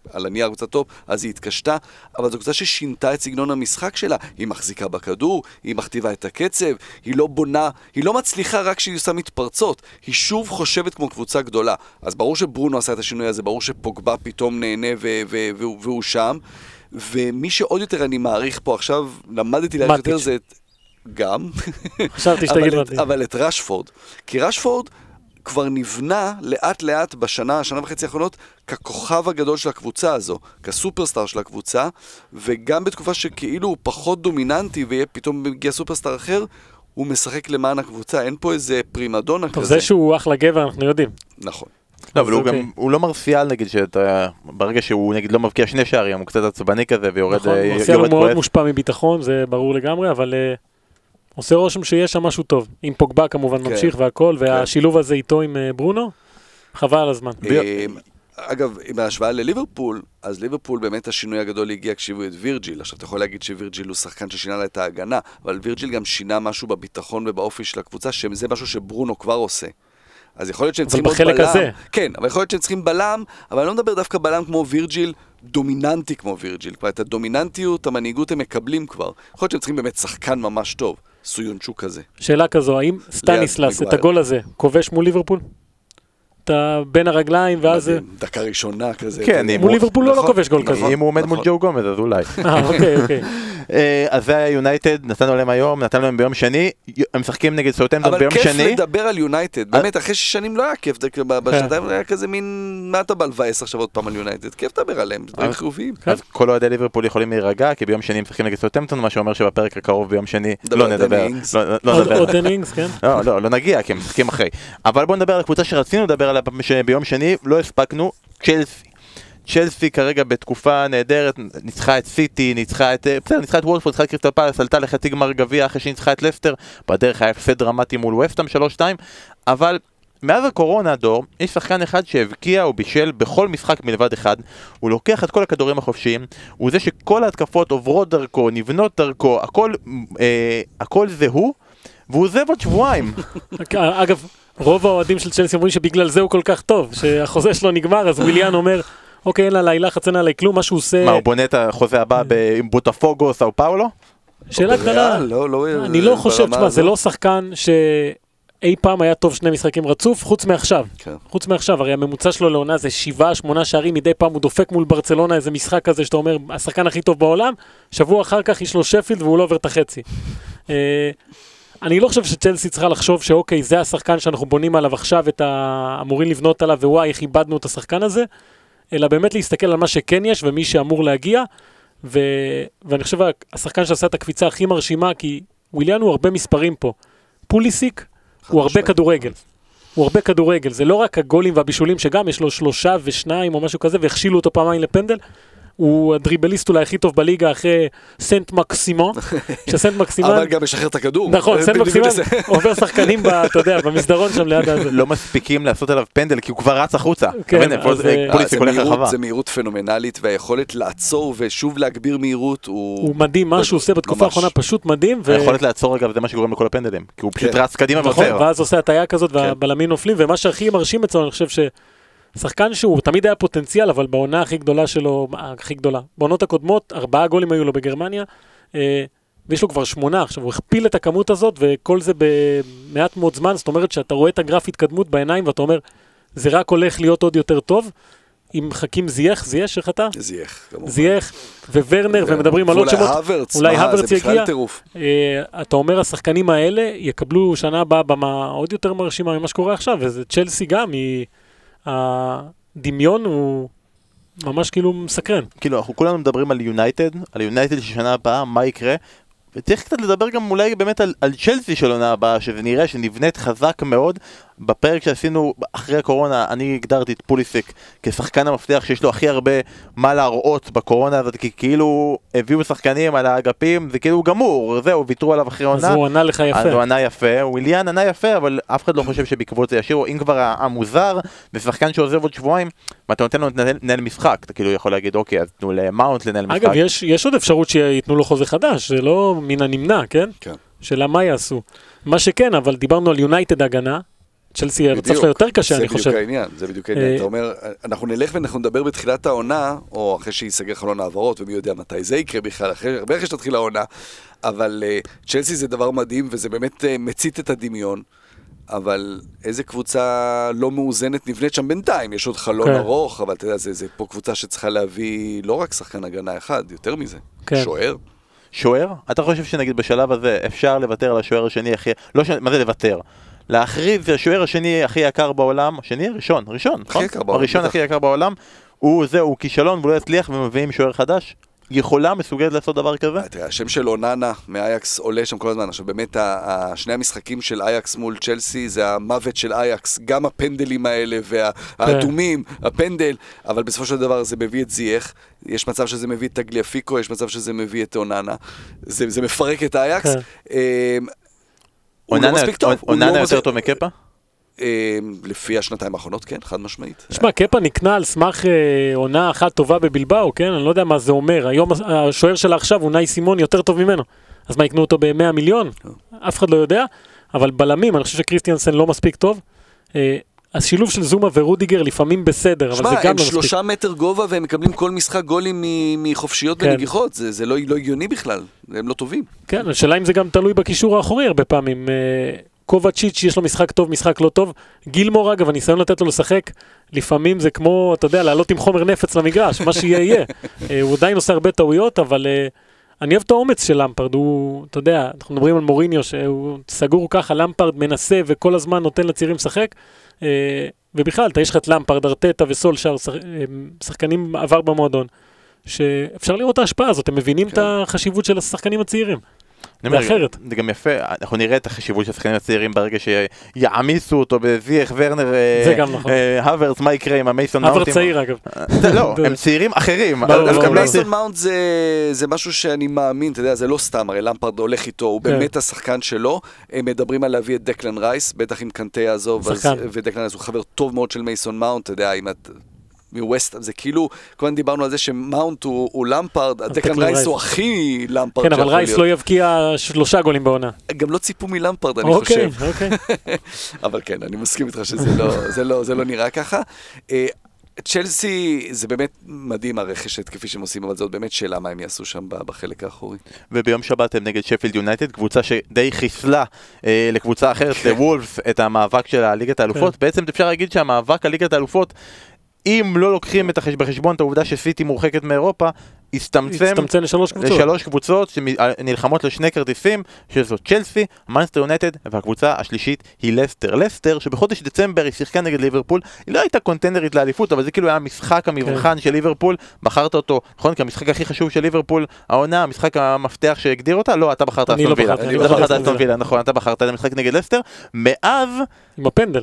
B: על הנייר קבוצה טוב, אז היא התקשתה, אבל זו קבוצה ששינתה את סגנון המשחק שלה, היא מחזיקה בכדור, היא מכתיבה את הקצב, היא לא בונה, היא לא מצליחה רק שהיא עושה מתפרצות, היא שוב חושבת כמו קבוצה גדולה. אז ברור שברונו עשה את השינוי הזה, ברור שפוגבה פתאום נהנה והוא שם, ומי שעוד יותר אני מעריך פה עכשיו, למדתי להעריך יותר זה גם,
C: חשבתי שתגיד
B: אבל את רשפורד, כי רשפורד כבר נבנה לאט לאט שנה וחצי האחרונות ככוכב הגדול של הקבוצה הזו, כסופרסטאר של הקבוצה, וגם בתקופה שכאילו הוא פחות דומיננטי ויהיה פתאום מגיע סופרסטאר אחר, הוא משחק למען הקבוצה, אין פה איזה פרימדונה כזה.
C: זה שהוא אחלה גבר, אנחנו יודעים.
B: נכון.
A: לא, אבל הוא לא מרסיאל, נגיד, ברגע שהוא נגיד לא מבקיע 2 שערים, הוא קצת עצבני כזה ויורד
C: נכון, מרסיאל הוא מאוד מושפע מביטחון, זה ברור לגמרי, אבל עושה רושם שיש שם משהו טוב. עם פוגבה כמובן ממשיך והכל, והשילוב הזה איתו עם ברונו, חבל על הזמן.
B: אגב, בהשוואה לליברפול, אז ליברפול באמת השינוי הגדול הגיע כשהביאו את וירג'יל. עכשיו אתה יכול להגיד שווירג'יל הוא שחקן ששינה לה את ההגנה, אבל וירג'יל גם שינה משהו בביטחון ובאופי של הקבוצה, שזה משהו שברונו כבר עושה. אז יכול להיות שהם צריכים עוד בלם.
C: הזה.
B: כן, אבל יכול להיות שהם צריכים בלם, אבל אני לא מדבר דווקא בלם כמו וירג'יל, דומיננטי כמו וירג'יל. כבר את הדומיננטיות, המנהיגות הם מקבלים כבר. יכול להיות שהם צריכים באמת שחקן ממש טוב, סויונצ'וק כזה.
C: שאלה כזו, האם סטניסלס, את הגול הזה, כובש מול ליברפול? אתה בין הרגליים ואז...
B: דקה ראשונה כזה.
A: כן,
C: מול ליברפול לא כובש גול כזה.
A: אם הוא עומד מול ג'ו גומז, אז אולי.
C: אוקיי.
A: אז זה היה יונייטד, נתנו להם היום, נתנו להם ביום שני, הם משחקים נגד סאות'המפטון ביום שני.
B: אבל כיף לדבר על יונייטד, באמת, אחרי 6 שנים לא היה כיף, בשנתיים היה כזה מין, מה אתה בא לבאס עכשיו עוד פעם על יונייטד? כיף לדבר עליהם, דברים חיוביים.
A: אז כל אוהדי ליברפול יכולים להירגע, כי ביום שני הם משחקים נגד סאות'המפטון, מה שאומר שבפרק הקרוב ביום שני לא נדבר.
C: עוד אינינגס, כן?
A: לא נגיע, כי הם משחקים אחרי. אבל בואו נדבר על הקבוצה שרצינו לדבר עליה ביום שני, לא הספקנו, צ'לסי כרגע בתקופה נהדרת, ניצחה את סיטי, ניצחה את וולפורד, ניצחה את קריסטל פאלאס, עלתה לחצי גמר גביע אחרי שניצחה את לסטר, בדרך היה הפסד דרמטי מול וסטהאם 3-2, אבל מאז הקורונה, דור, יש שחקן אחד שהבקיע ובישל בכל משחק מלבד אחד, הוא לוקח את כל הכדורים החופשיים, הוא זה שכל ההתקפות עוברות דרכו, נבנות דרכו, הכל זה הוא, והוא עוזב עוד שבועיים.
C: אגב, רוב האוהדים של צ'לסי אומרים שבגלל זה הוא כל כך טוב, שהחוזה שלו נגמר, אז וויליאן אומר, אוקיי, אין לה לילה, חצן עליי כלום, מה שהוא עושה...
A: מה, הוא בונה את החוזה הבא עם בוטפוגו, סאו פאולו?
C: שאלה קטנה, אני לא חושב, זה לא שחקן שאי פעם היה טוב 2 משחקים רצוף, חוץ מעכשיו, הרי הממוצע שלו לעונה זה 7-8 שערים, מדי פעם הוא דופק מול ברצלונה איזה משחק כזה שאתה אומר, השחקן הכי טוב בעולם, שבוע אחר כך יש לו שפילד והוא לא עובר את החצי. אני לא חושב שצ'לסי צריכה לחשוב שאוקיי, זה השחקן שאנחנו בונים עליו עכשיו, אמורים לבנות עליו, ווואי, איך איבדנו את השחקן הזה, אלא באמת להסתכל על מה שכן יש, ומי שאמור להגיע, ואני חושב, השחקן שעשה את הקפיצה הכי מרשימה, כי וויליאן הוא הרבה מספרים פה. פוליסיק הוא הרבה כדורגל. הוא הרבה כדורגל. זה לא רק הגולים והבישולים, שגם יש לו 3 ו2 או משהו כזה, והכשילו אותו פעמיים לפנדל, הוא הדריבליסט אולי הכי טוב בליגה אחרי סנט מקסימון, שסנט מקסימון...
B: אבל גם משחרר את הכדור.
C: נכון, סנט מקסימון עובר שחקנים, אתה יודע, במסדרון שם ליד הזה.
A: לא מספיקים לעשות עליו פנדל, כי הוא כבר רץ החוצה.
B: זה מהירות פנומנלית, והיכולת לעצור ושוב להגביר מהירות
C: הוא מדהים, מה שהוא עושה בתקופה האחרונה פשוט מדהים.
A: היכולת לעצור, אגב, זה מה שגורם לכל הפנדלים, כי הוא פשוט רץ קדימה ועוצר.
C: ואז עושה הטעיה כזאת והבלמים נופלים, ומה שהכי מרשים אצלנו, אני חושב שחקן שהוא תמיד היה פוטנציאל, אבל בעונה הכי גדולה שלו, הכי גדולה, בעונות הקודמות, 4 גולים היו לו בגרמניה, ויש לו כבר 8, עכשיו הוא הכפיל את הכמות הזאת, וכל זה במעט מאוד זמן, זאת אומרת שאתה רואה את הגרף התקדמות בעיניים, ואתה אומר, זה רק הולך להיות עוד יותר טוב, אם חכים זייך, איך אתה? זייך, וורנר, ומדברים על עוד שמות, אולי הוורץ יגיע, אתה אומר, השחקנים האלה יקבלו שנה הבאה במה עוד יותר מרשימה ממה שקורה עכשיו, וזה צ'לסי גם, הדמיון הוא ממש כאילו מסקרן.
A: כאילו, אנחנו כולנו מדברים על יונייטד ששנה הבאה, מה יקרה? וצריך קצת לדבר גם אולי באמת על צ'לסי של עונה הבאה, שזה נראה שנבנית חזק מאוד. בפרק שעשינו אחרי הקורונה, אני הגדרתי את פוליסיק כשחקן המפתח שיש לו הכי הרבה מה להראות בקורונה הזאת, כי כאילו הביאו שחקנים על האגפים, זה כאילו גמור, זהו, ויתרו עליו אחרי עונה.
C: אז הוא ענה לך יפה.
A: אז הוא ענה יפה, וויליאן ענה יפה, אבל אף אחד לא חושב שבעקבות זה ישירו, אם כבר המוזר, ושחקן שעוזב עוד שבועיים, ואתה נותן לו לנהל משחק, אתה כאילו יכול להגיד, אוקיי, אז תנו למאונט לנהל משחק.
C: אגב, יש עוד אפשרות שיתנו לו חוזה חדש, זה לא מן הנמנע, כן?
B: כן.
C: שאלה מה יעשו. מה שכן, אבל דיברנו על יונייטד הגנה, צ'לסי המצב שלה יותר קשה, אני חושב.
B: זה בדיוק העניין. אתה אומר, אנחנו נלך ואנחנו נדבר בתחילת העונה, או אחרי שיסגר חלון העברות, ומי יודע מתי זה יקרה בכלל, הרבה אחרי שתתחיל העונה, אבל צ'לסי זה דבר מדהים, וזה באמת מצית את הדמיון. אבל איזה קבוצה לא מאוזנת נבנית שם בינתיים, יש עוד חלון ארוך, אבל אתה יודע, זה פה קבוצה שצריכה להביא לא רק שחקן הגנה אחד, יותר מזה, שוער.
A: שוער? אתה חושב שנגיד בשלב הזה אפשר לוותר על השוער השני הכי... לא, מה זה לוותר? להכריז השוער השני הכי יקר בעולם, השני? ראשון, נכון? הראשון הכי יקר בעולם, הוא כישלון והוא לא יצליח ומביאים שוער חדש? יכולה מסוגלת לעשות דבר כזה?
B: השם של אוננה מאייקס עולה שם כל הזמן. עכשיו באמת שני המשחקים של אייקס מול צ'לסי זה המוות של אייקס, גם הפנדלים האלה והאדומים, הפנדל, אבל בסופו של דבר זה מביא את זייך, יש מצב שזה מביא את טגליאפיקו, יש מצב שזה מביא את אוננה, זה מפרק את אייקס. הוא לא מספיק טוב.
A: אוננה יותר טוב מקפה?
B: לפי השנתיים האחרונות, כן, חד משמעית.
C: תשמע, קפה נקנה על סמך עונה אחת טובה בבלבאו, כן? אני לא יודע מה זה אומר. היום השוער שלה עכשיו הוא נאי סימון יותר טוב ממנו. אז מה, יקנו אותו ב-100 מיליון? אף אחד לא יודע. אבל בלמים, אני חושב שקריסטיאנסן לא מספיק טוב. השילוב של זומה ורודיגר לפעמים בסדר, אבל זה גם לא מספיק. הם
B: 3 מטר גובה והם מקבלים כל משחק גולים מחופשיות ונגיחות. זה לא הגיוני בכלל. הם לא טובים.
C: כן, השאלה אם זה גם תלוי בקישור האחורי הרבה פעמים. קובצ'יץ' יש לו משחק טוב, משחק לא טוב. גילמור, אגב, הניסיון לתת לו לשחק, לפעמים זה כמו, אתה יודע, לעלות עם חומר נפץ למגרש, מה שיהיה יהיה. הוא עדיין עושה הרבה טעויות, אבל אני אוהב את האומץ של למפרד. הוא, אתה יודע, אנחנו מדברים על מוריניו, שהוא סגור ככה, למפרד מנסה וכל הזמן נותן לצעירים לשחק. ובכלל, יש לך את למפרד, ארטטה וסולשר, שחקנים עבר במועדון, שאפשר לראות את ההשפעה הזאת, הם מבינים את החשיבות של השחקנים הצעירים. ואחרת.
A: זה גם יפה, אנחנו נראה את החשיבות של השחקנים הצעירים ברגע שיעמיסו אותו בזייך, ורנר, הוורץ, מה יקרה עם המייסון מאונט?
C: הוורץ צעיר אגב.
A: לא, הם צעירים אחרים.
B: מייסון מאונט זה משהו שאני מאמין, אתה יודע, זה לא סתם, הרי למפרד הולך איתו, הוא באמת השחקן שלו, הם מדברים על להביא את דקלן רייס, בטח אם קנטה יעזוב, ודקלן רייס הוא חבר טוב מאוד של מייסון מאונט, אתה יודע, אם את... מווסט, זה כאילו, כמובן דיברנו על זה שמאונט הוא למפרד, דקלן רייס הוא הכי למפרד.
C: כן, אבל רייס לא יבקיע 3 גולים בעונה.
B: גם לא ציפו מלמפרד, אני חושב. אבל כן, אני מסכים איתך שזה לא נראה ככה. צ'לסי זה באמת מדהים הרכשת כפי שהם עושים, אבל זאת באמת שאלה מה הם יעשו שם בחלק האחורי.
A: וביום שבת הם נגד שפילד יונייטד, קבוצה שדי חיסלה לקבוצה אחרת, לוולפס, את המאבק של הליגת האלופות. בעצם אפשר להגיד שהמאבק על ליגת האלופות, אם לא לוקחים בחשבון את העובדה שסיטי מורחקת מאירופה, יסתמצם לשלוש קבוצות שנלחמות לשני כרטיסים, שזאת צ'לסי, מנצ'סטר יונייטד, והקבוצה השלישית היא לסטר. לסטר, שבחודש דצמבר היא שיחקה נגד ליברפול, היא לא הייתה קונטנדרית לאליפות, אבל זה כאילו היה משחק המבחן של ליברפול, בחרת אותו, נכון? כי המשחק הכי חשוב של ליברפול, העונה, המשחק המפתח שהגדיר אותה, לא, אתה בחרת אסטון וילה. אתה בחרת אסטון וילה, נכון, אתה בחרת את המשחק נגד לסטר, מאז...
C: עם הפנדל.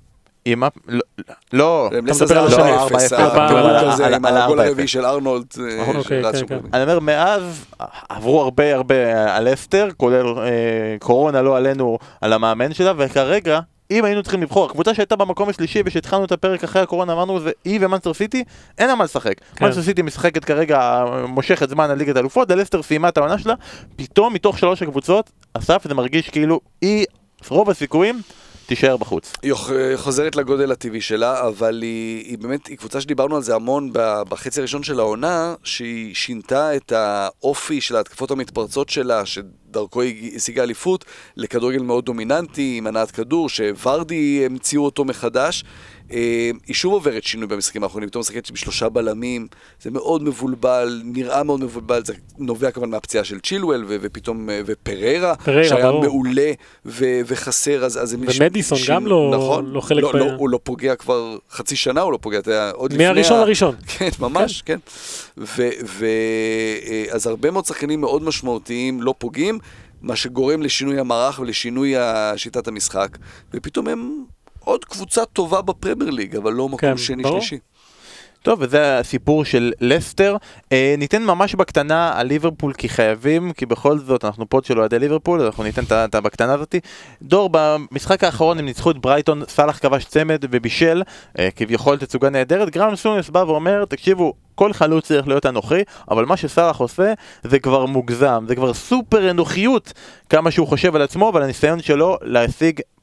A: לא,
B: אתה מדבר על השני, עם הגול הרביעי של ארנולד.
A: אני אומר, מאז עברו הרבה על לסטר, כולל קורונה לא עלינו על המאמן שלה, וכרגע, אם היינו צריכים לבחור, הקבוצה שהייתה במקום השלישי ושהתחלנו את הפרק אחרי הקורונה, אמרנו, זה היא ומנצ'סטר סיטי, אין לה מה לשחק. מנצ'סטר סיטי משחקת כרגע, מושכת זמן על ליגת האלופות, לסטר סיימה את העונה שלה, פתאום מתוך 3 הקבוצות, אסף, זה מרגיש כאילו היא, רוב הסיכויים, תישאר בחוץ.
B: היא חוזרת לגודל הטבעי שלה, אבל היא באמת, היא קבוצה שדיברנו על זה המון בחצי הראשון של העונה, שהיא שינתה את האופי של ההתקפות המתפרצות שלה, שדרכו היא השיגה אליפות, לכדורגל מאוד דומיננטי, עם הנעת כדור, שוורדי המציאו אותו מחדש. היא שוב עוברת שינוי במשחקים האחרונים, פתאום משחקת ב3 בלמים, זה מאוד מבולבל, נראה מאוד מבולבל, זה נובע כמובן מהפציעה של צ'ילואל, ופתאום, ופררה, שהיה מעולה וחסר, אז
C: ומדיסון גם לא חלק בעיה.
B: הוא לא פוגע כבר חצי שנה, הוא לא פוגע,
C: מהראשון לראשון.
B: כן, ממש, כן. אז הרבה מאוד שחקנים מאוד משמעותיים לא פוגעים, מה שגורם לשינוי המערך ולשינוי שיטת המשחק, ופתאום הם... עוד קבוצה טובה בפרמייר ליג, אבל לא מקום שני שלישי.
A: טוב, וזה הסיפור של לסטר. ניתן ממש בקטנה על ליברפול כי חייבים, כי בכל זאת אנחנו פוד של אוהדי ליברפול, אנחנו ניתן את בקטנה הזאת. דור, במשחק האחרון הם ניצחו את ברייטון, סלאח כבש צמד ובישל, כביכול תצוגה נהדרת. גראם סונס בא ואומר, תקשיבו, כל חלוץ צריך להיות אנוכי, אבל מה שסלאח עושה זה כבר מוגזם, זה כבר סופר אנוכיות כמה שהוא חושב על עצמו ועל הניסיון שלו להשיג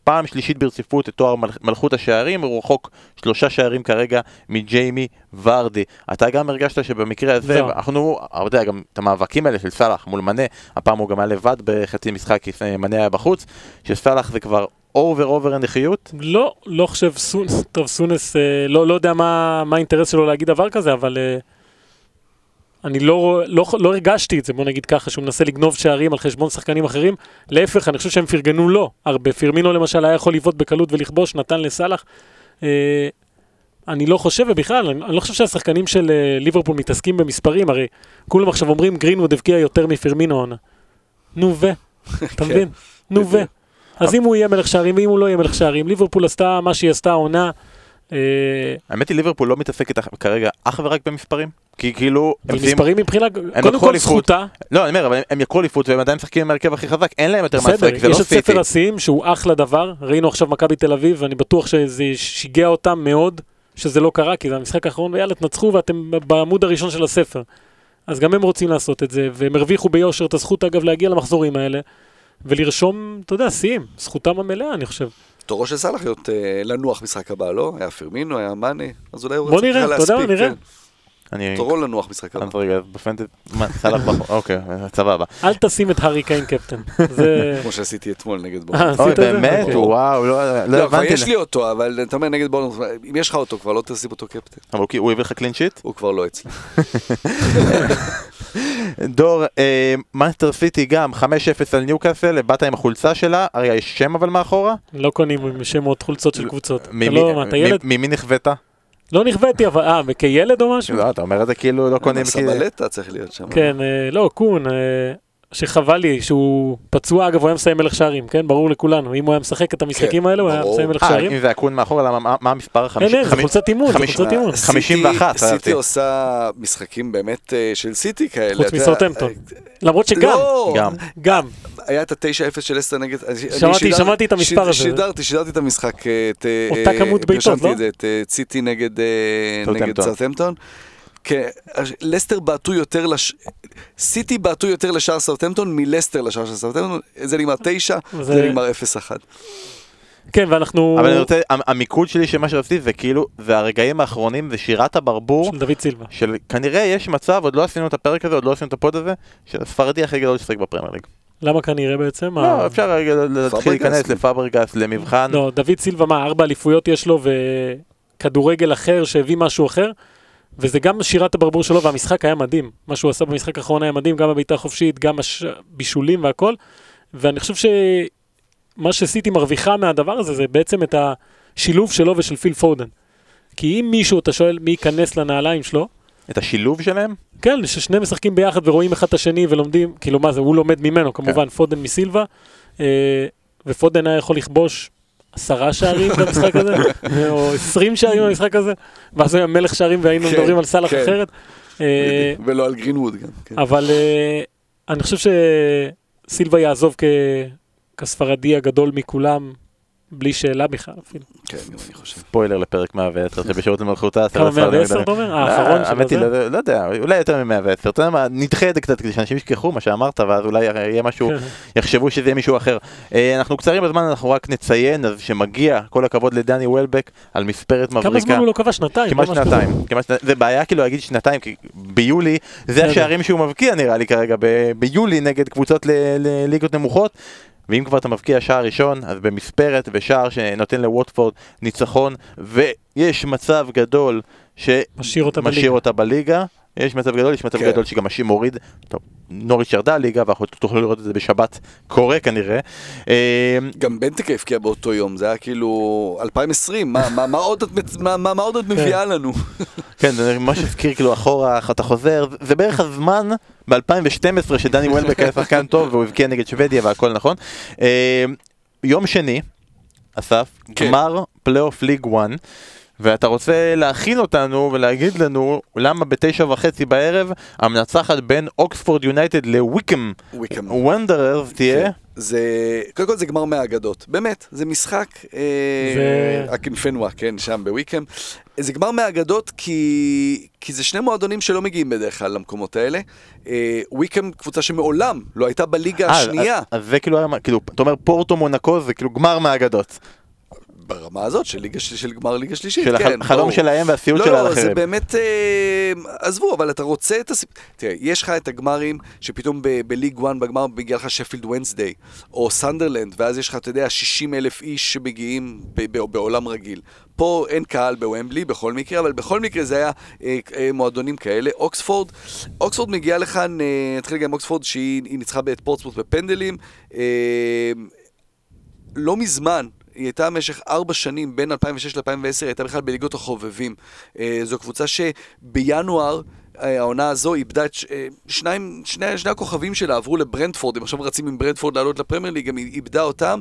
A: פעם שלישית ברציפות את תואר מלכות השערים, הוא רחוק 3 שערים כרגע מג'יימי ורדי. אתה גם הרגשת שבמקרה הזה, אנחנו, יודע, גם את המאבקים האלה של סלאח מול מנה, הפעם הוא גם היה לבד בחצי משחק, כי מנה היה בחוץ, שסלאח זה כבר אובר הנחיות?
C: לא חושב, טוב, סונס, לא יודע מה האינטרס שלו להגיד דבר כזה, אבל אני לא הרגשתי את זה, בוא נגיד ככה, שהוא מנסה לגנוב שערים על חשבון שחקנים אחרים, להפך, אני חושב שהם פרגנו לו, הרבה, פירמינו למשל היה יכול לבעוט בקלות ולכבוש, נתן לסלאח, אני לא חושב, ובכלל, אני לא חושב שהשחקנים של ליברפול מתעסקים במספרים, הרי כולם עכשיו אומרים, גרינווד הבקיע יותר מפירמינו עונה. נו אתה מבין? נו אז אם הוא יהיה מלך שערים, ואם הוא לא יהיה מלך שערים, ליברפול עשתה מה שהיא עשתה עונה.
A: האמת היא, ליברפול לא מתעסקת כרגע אך ורק במספרים. כי כאילו...
C: במספרים מבחינה, קודם כל זכותה.
A: לא, אני אומר, אבל הם יקרו ליפות, והם עדיין משחקים עם הרכב הכי חזק, אין להם יותר מהשחק, זה לא סיטי.
C: יש את ספר השיאים, שהוא אחלה דבר, ראינו עכשיו מכבי תל אביב, ואני בטוח שזה שיגע אותם מאוד, שזה לא קרה, כי זה המשחק האחרון, ויאללה, תנצחו, ואתם בעמוד הראשון של הספר. אז גם הם רוצים לעשות את זה, והם הרוויחו ביושר את הזכות, אגב, להגיע למחזורים האלה, ולרשום, אתה יודע, שיאים, זכותם המלאה, אני חושב.
B: תורו של סלאח להיות לנוח משחק הבא, לא? היה פירמינו, היה מאנה, אז אולי הוא
C: בוא נראה, אתה יודע, נראה.
B: תורו לנוח משחק הבא.
A: רגע, בפנטד, סלאח בחור, אוקיי, צבבה.
C: אל תשים את הארי קיין קפטן.
B: כמו שעשיתי אתמול נגד
C: בורנמוט.
A: אוי, באמת, וואו, לא הבנתי.
B: יש לי אותו, אבל אתה אומר נגד בורנמוט, אם יש לך אותו כבר, לא תשים אותו קפטן.
A: אבל הוא הביא לך קלין שיט?
B: הוא כבר לא אצלי.
A: דור, מנסטר סיטי גם 5-0 על ניוקאסל, באת עם החולצה שלה, הרי יש שם אבל מאחורה?
C: לא קונים עם שמות חולצות של קבוצות.
A: ממי נכווית?
C: לא נכוויתי, אבל כילד או משהו?
A: לא, אתה אומר את זה כאילו לא קונים.
B: סבלטה צריך להיות שם.
C: כן, לא, קון, שחבל לי שהוא פצוע, אגב, הוא היה מסיים מלך שערים, כן? ברור לכולנו, אם הוא היה משחק את המשחקים האלה, הוא היה מסיים מלך שערים.
A: אם זה הקון מאחורה, מה המספר?
C: אין, זה חולצת אימון, זה חולצת אימון.
A: 51.
B: סיטי עושה משחקים באמת של סיטי כאלה.
C: חוץ מסאות'המפטון. למרות שגם.
B: היה את ה-9-0 של אסטר נגד...
C: שמעתי את המספר הזה.
B: שידרתי את המשחק.
C: אותה כמות בעיטות, לא?
B: את סיטי נגד סאות'המפטון. לסטר בעטו יותר, סיטי בעטו יותר לשער סאות'המפטון מלסטר לשער של סאות'המפטון, זה נגמר 9, זה נגמר 0-1.
C: כן, ואנחנו...
A: אבל אני רוצה, המיקוד שלי שמה שרציתי זה כאילו, זה הרגעים האחרונים, זה שירת הברבור.
C: של דוד סילבה.
A: של כנראה יש מצב, עוד לא עשינו את הפרק הזה, עוד לא עשינו את הפוד הזה, של הספרדי הכי גדול לשחק בפרמייר ליג.
C: למה כנראה בעצם?
A: לא, אפשר להתחיל להיכנס לפאברגס, למבחן.
C: לא, דוד סילבה, מה, 4 אליפויות יש לו, וכדורגל אחר שהביא משהו אחר, וזה גם שירת הברבור שלו, והמשחק היה מדהים. מה שהוא עשה במשחק האחרון היה מדהים, גם בביתה חופשית, גם בישולים והכל, ואני חושב שמה שסיטי מרוויחה מהדבר הזה, זה בעצם את השילוב שלו ושל פיל פודן. כי אם מישהו, אתה שואל מי ייכנס לנעליים שלו,
A: את השילוב שלהם?
C: כן, ששני משחקים ביחד ורואים אחד את השני ולומדים, כאילו מה זה, הוא לומד ממנו, כמובן, פודן מסילבה, ופודן היה יכול לכבוש 10 שערים במשחק הזה, או 20 שערים במשחק הזה, ואז הוא היה מלך שערים והיינו מדברים על סלאח אחרת.
B: ולא על גרינווד גם.
C: אבל אני חושב שסילבה יעזוב כספרדי הגדול מכולם, בלי שאלה בכלל אפילו.
B: כן, גם אני חושב.
A: ספוילר לפרק 110, שבשירות למלכותה.
C: כמה 110 אתה אומר? האחרון שלו זה?
A: לא יודע, אולי יותר מ-110. אתה יודע מה, נדחה את זה קצת כדי שאנשים ישכחו מה שאמרת, ואז אולי יהיה משהו, יחשבו שזה יהיה מישהו אחר. אנחנו קצרים בזמן, אנחנו רק נציין, אז שמגיע, כל הכבוד לדני וולבק, על מספרת מבריקה.
C: כמה זמן הוא לא קבע? שנתיים?
A: כמעט שנתיים. זה בעיה כאילו להגיד שנתיים, כי ביולי, זה השערים שהוא מבקיע נראה לי כרגע, ביולי נגד קבוצות לליגות נמוכות. ואם כבר אתה מבקיע שער ראשון, אז במספרת ושער שנותן לווטפורד ניצחון, ויש מצב גדול שמשאיר אותה בליגה. יש מצב גדול שגם מוריד, טוב, נוריץ' ירדה ליגה, ואנחנו תוכלו לראות את זה בשבת קורה כנראה.
B: גם בנטקה הפקיע באותו יום, זה היה כאילו 2020, מה עוד את מביאה לנו?
A: כן, זה ממש הזכיר כאילו אחורה, אתה חוזר, זה בערך הזמן ב-2012 שדני וולבק היה שחקן טוב, והוא הבקיע נגד שוודיה והכל נכון. יום שני, אסף, גמר פלייאוף ליג 1, ואתה רוצה להכין אותנו ולהגיד לנו למה ב9:30 בערב המנצחת בין אוקספורד יונייטד לוויקם וונדררס תהיה
B: קודם כל זה גמר מהאגדות, באמת, זה משחק, הקינפנווה, כן, שם בוויקם, זה גמר מהאגדות כי זה שני מועדונים שלא מגיעים בדרך כלל למקומות האלה, וויקם קבוצה שמעולם לא הייתה בליגה השנייה.
A: אז זה כאילו, אתה אומר פורטו מונקו זה כאילו גמר מהאגדות.
B: ברמה הזאת של גמר ליגה שלישית,
A: של
B: כן.
A: החלום שלהם והסיוט של האחרים.
B: לא, זה באמת, עזבו, אבל אתה רוצה את תראה, יש לך את הגמרים שפתאום בליג 1 בגמר מגיע לך שפילד ונסדיי, או סנדרלנד, ואז יש לך, אתה יודע, 60,000 איש שמגיעים בעולם רגיל. פה אין קהל בוומבלי בכל מקרה, אבל בכל מקרה זה היה מועדונים כאלה. אוקספורד מגיעה לכאן, נתחיל גם אוקספורד שהיא ניצחה את פורטסמות' בפנדלים, לא מזמן, היא הייתה במשך 4 שנים, בין 2006 ל-2010, הייתה בכלל בליגות החובבים. זו קבוצה שבינואר, העונה הזו איבדה את שני הכוכבים שלה, עברו לברנדפורד, הם עכשיו רצים עם ברנדפורד לעלות לפרמייר ליג, גם היא איבדה אותם,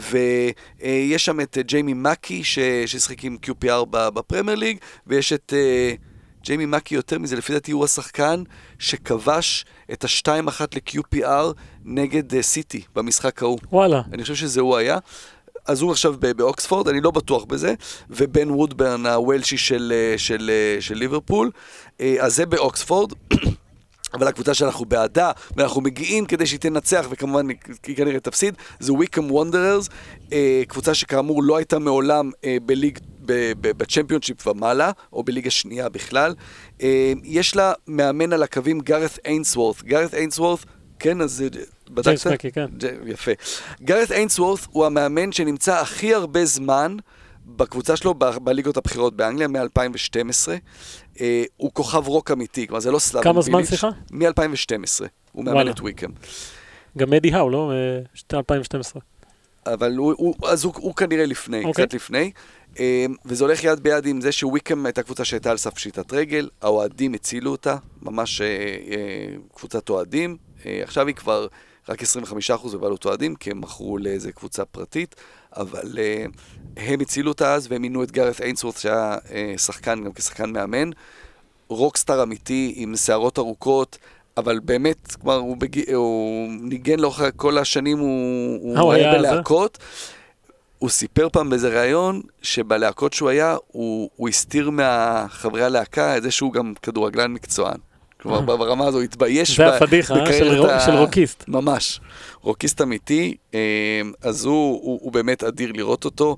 B: ויש שם את ג'יימי מקי, ששחק עם QPR בפרמייר ליג, ויש את ג'יימי מקי יותר מזה, לפי דעתי הוא השחקן שכבש את ה-2-1 ל-QPR נגד סיטי במשחק ההוא.
C: וואלה.
B: אני חושב שזה הוא היה. אז הוא עכשיו באוקספורד, אני לא בטוח בזה, ובן וודברן, הוולשי של ליברפול, אז זה באוקספורד, אבל הקבוצה שאנחנו בעדה, ואנחנו מגיעים כדי שהיא תנצח, וכמובן היא כנראה תפסיד, זה וויקם וונדררס, קבוצה שכאמור לא הייתה מעולם בליג, בצ'מפיונשיפ ומעלה, או בליגה שנייה בכלל. יש לה מאמן על הקווים גארת אינסוורת', כן, אז בדקת?
C: מקי, כן.
B: יפה. גארת אינסוורת' הוא המאמן שנמצא הכי הרבה זמן בקבוצה שלו בליגות הבחירות באנגליה, מ-2012. הוא כוכב רוק אמיתי, כלומר זה לא סלאבן ביליץ'.
C: כמה זמן שיחה?
B: מ-2012. הוא מאמן את וויקם.
C: גם אדי האו, לא? 2012.
B: אבל הוא כנראה לפני, קצת לפני. וזה הולך יד ביד עם זה שוויקם הייתה קבוצה שהייתה על סף פשיטת רגל, האוהדים הצילו אותה, ממש קבוצת אוהדים. עכשיו היא כבר רק 25% בבעלות אוהדים, כי הם מכרו לאיזה קבוצה פרטית, אבל הם הצילו אותה אז, והם מינו את גארת אינסוורת' שהיה שחקן, גם כשחקן מאמן, רוקסטאר אמיתי עם שערות ארוכות, אבל באמת, כלומר, הוא ניגן לאורך כל השנים, הוא היה בלהקות. הוא סיפר פעם באיזה ראיון, שבלהקות שהוא היה, הוא הסתיר מהחברי הלהקה, את זה שהוא גם כדורגלן מקצוען. כלומר, ברמה הזו התבייש.
C: זה הפדיחה של רוקיסט.
B: ממש. רוקיסט אמיתי, אז הוא באמת אדיר לראות אותו,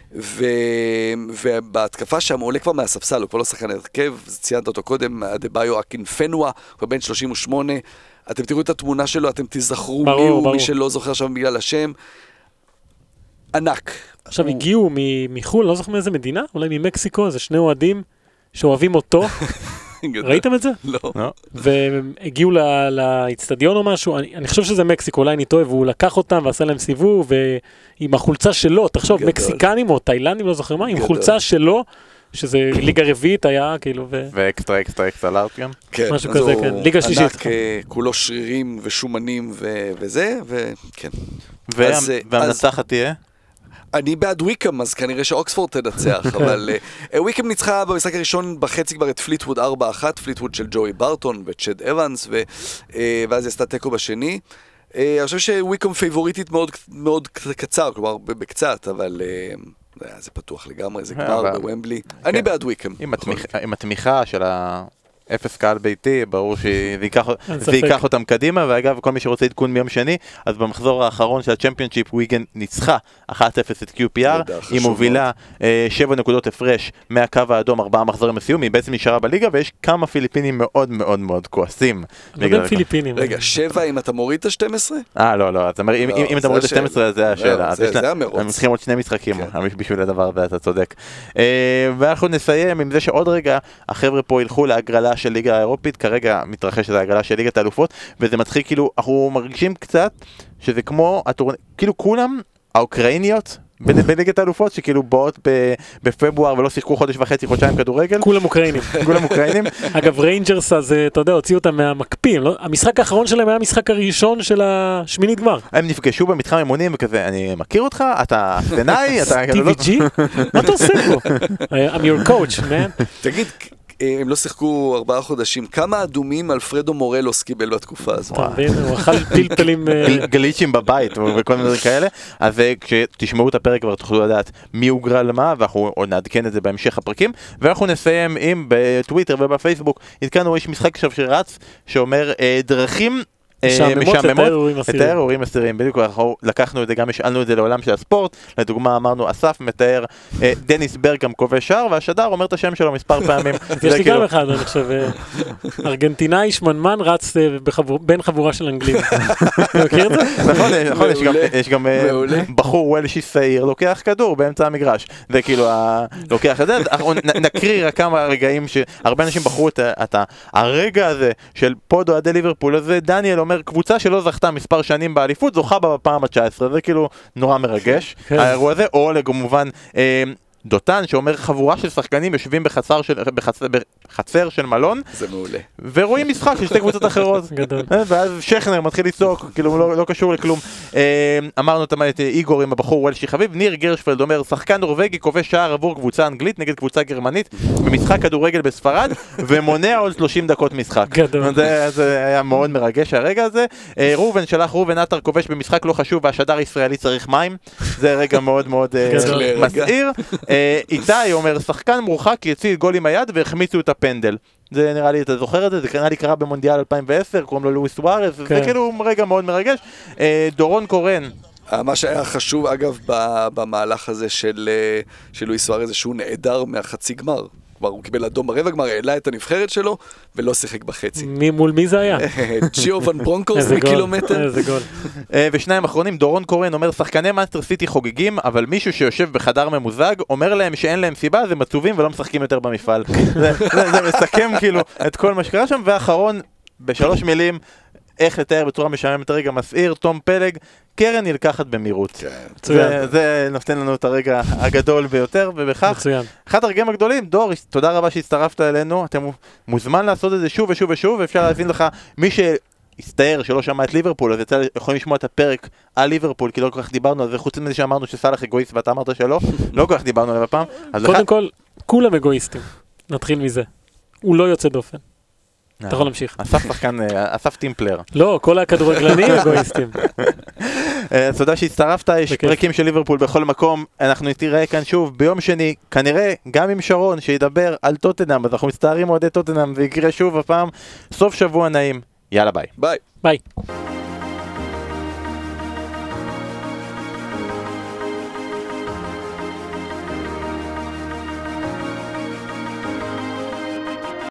B: ובהתקפה שם הוא עולה כבר מהספסל, הוא כבר לא שחקן הרכב, ציינת אותו קודם, אדבאיו הקינפנווה, הוא בן 38, אתם תראו את התמונה שלו, אתם תזכרו מי הוא, מי שלא זוכר שם בגלל השם, ענק.
C: עכשיו הגיעו מחול, לא זוכר מאיזה מדינה, אולי ממקסיקו, זה שני אוהדים שאוהבים אותו. ראיתם את זה?
B: לא.
C: והם הגיעו לאצטדיון או משהו, אני חושב שזה מקסיקו, אולי אני טועה, והוא לקח אותם ועשה להם סיבוב, ועם החולצה שלו, תחשוב, מקסיקנים או תאילנדים, לא זוכר מה, עם חולצה שלו, שזה ליגה רביעית היה, כאילו,
A: ואקסטרה לארט גם?
B: כן,
C: משהו כזה, כן, ליגה שלישית.
B: ענק, כולו שרירים ושומנים וזה, וכן.
A: והמנצחת תהיה?
B: אני בעד וויקם, אז כנראה שאוקספורד תנצח, אבל וויקם ניצחה במשחק הראשון בחצי כבר את פליטווד 4-1, פליטווד של ג'וי ברטון וצ'ד אבנס, ואז היא עשתה טקו בשני. אני חושב שוויקם פייבוריטית מאוד קצר, כלומר בקצת, אבל זה פתוח לגמרי, זה גמר בוומבלי. אני בעד וויקם.
A: עם התמיכה של אפס קהל ביתי, ברור שזה ייקח אותם קדימה, ואגב, כל מי שרוצה עדכון מיום שני, אז במחזור האחרון של הצ'מפיונשיפ, וויגן ניצחה 1-0 את QPR, היא מובילה 7 נקודות הפרש מהקו האדום, 4 מחזורים לסיום, היא בעצם נשארה בליגה, ויש כמה פיליפינים מאוד מאוד מאוד כועסים.
C: לא יודע פיליפינים.
B: רגע, 7 אם אתה מוריד את ה-12?
A: לא, אם אתה מוריד את ה-12, זה השאלה.
B: זה המרוץ.
A: הם צריכים עוד 2 משחקים, בשביל הדבר הזה, אתה צודק. ואנחנו נסיים עם זה שעוד רגע, החבר'ה פה ילכו להגרלה של ליגה האירופית, כרגע מתרחש את ההגרלה של ליגת האלופות, וזה מתחיל כאילו, אנחנו מרגישים קצת שזה כמו, כאילו כולם האוקראיניות בליגת האלופות, שכאילו באות בפברואר ולא שיחקו חודש וחצי, חודשיים כדורגל.
C: כולם אוקראינים.
A: כולם אוקראינים.
C: אגב, ריינג'רס, אז אתה יודע, הוציאו אותם מהמקפים. המשחק האחרון שלהם היה המשחק הראשון של השמינית גמר. הם
A: נפגשו במתחם אימונים וכזה, אני מכיר אותך, אתה סטנאי, אתה...
C: סטיבי ג'י? מה אתה עושה פה? I'm your coach, man.
B: תגיד, הם לא שיחקו 4 חודשים. כמה אדומים אלפרדו מורלוס קיבל בתקופה הזאת?
C: אתה מבין, הוא אכל פלפלים...
A: גליצ'ים בבית וכל מיני כאלה. אז כשתשמעו את הפרק כבר תוכלו לדעת מי הוגרל מה, ואנחנו עוד נעדכן את זה בהמשך הפרקים, ואנחנו נסיים עם בטוויטר ובפייסבוק, התקנו יש משחק עכשיו שרץ, שאומר דרכים משעממות את האירועים אסירים. בדיוק לקחנו את זה, גם השאלנו את זה לעולם של הספורט. לדוגמה אמרנו אסף מתאר דניס ברגם כובש שער, והשדר אומר את השם שלו מספר פעמים.
C: יש לי גם אחד, אני חושב, ארגנטינאי שמנמן רץ בין חבורה של אנגלים. אתה מכיר את זה?
A: נכון, יש גם בחור וולשי שעיר לוקח כדור באמצע המגרש, זה כאילו לוקח את זה. נקריא רק כמה רגעים שהרבה אנשים בחרו את הרגע הזה של פוד אוהדי ליברפול. אז דניאל אומר קבוצה שלא זכתה מספר שנים באליפות, זוכה בה בפעם ה-19, זה כאילו נורא מרגש, האירוע הזה, או כמובן דותן שאומר חבורה של שחקנים יושבים בחצר של מלון,
B: זה מעולה,
A: ורואים משחק של שתי קבוצות אחרות, ואז שכנר מתחיל לצעוק, כאילו לא קשור לכלום. אמרנו את איגור עם הבחור וולשי חביב. ניר גרשפלד אומר שחקן נורווגי כובש שער עבור קבוצה אנגלית נגד קבוצה גרמנית במשחק כדורגל בספרד, ומונע עוד 30 דקות משחק. זה היה מאוד מרגש הרגע הזה. רובן שלח רובן עטר כובש במשחק לא חשוב והשדר ישראלי צריך מים, זה רגע מאוד מאוד מסעיר. איתי אומר שחקן מורחק יציל גול עם היד והחמיצו את הפנדל. זה נראה לי, אתה זוכר את זה? זה נראה לי קרה במונדיאל 2010, קוראים לו לואיס סוארז, זה כאילו רגע מאוד מרגש. דורון קורן.
B: מה שהיה חשוב אגב במהלך הזה של לואיס סוארז זה שהוא נעדר מהחצי גמר. הוא קיבל אדום ברבע גמר, העלה את הנבחרת שלו ולא שיחק בחצי.
C: מול מי זה היה?
B: ג'יובן ברונקוס מקילומטר.
C: איזה גול.
A: ושניים אחרונים, דורון קורן אומר שחקני מנסטר סיטי חוגגים, אבל מישהו שיושב בחדר ממוזג אומר להם שאין להם סיבה, אז הם עצובים ולא משחקים יותר במפעל. זה מסכם כאילו את כל מה שקרה שם. ואחרון, בשלוש מילים, איך לתאר בצורה משעממת רגע מסעיר, תום פלג, קרן נלקחת במהירות. זה נותן לנו את הרגע הגדול ביותר, ובכך אחד הרגעים הגדולים. דור, תודה רבה שהצטרפת אלינו, אתם מוזמן לעשות את זה שוב ושוב ושוב, ואפשר להזין לך מי שהסתער שלא שמע את ליברפול, אז יכולים לשמוע את הפרק על ליברפול, כי לא כל כך דיברנו על זה, חוץ מזה שאמרנו שסלח אגואיסט ואתה אמרת שלא, לא כל כך דיברנו עליו הפעם.
C: קודם כל, כולם אגואיסטים, נתחיל מזה, הוא לא יוצא דופן. אתה יכול להמשיך.
A: אסף שחקן, אסף טימפלר.
C: לא, כל הכדורגלנים אגואיסטים.
A: תודה שהצטרפת, יש פרקים של ליברפול בכל מקום, אנחנו נתראה כאן שוב ביום שני, כנראה גם עם שרון שידבר על טוטנהאם, אז אנחנו מצטערים אוהדי טוטנהאם, זה יקרה שוב הפעם. סוף שבוע נעים, יאללה ביי.
B: ביי.
C: ביי.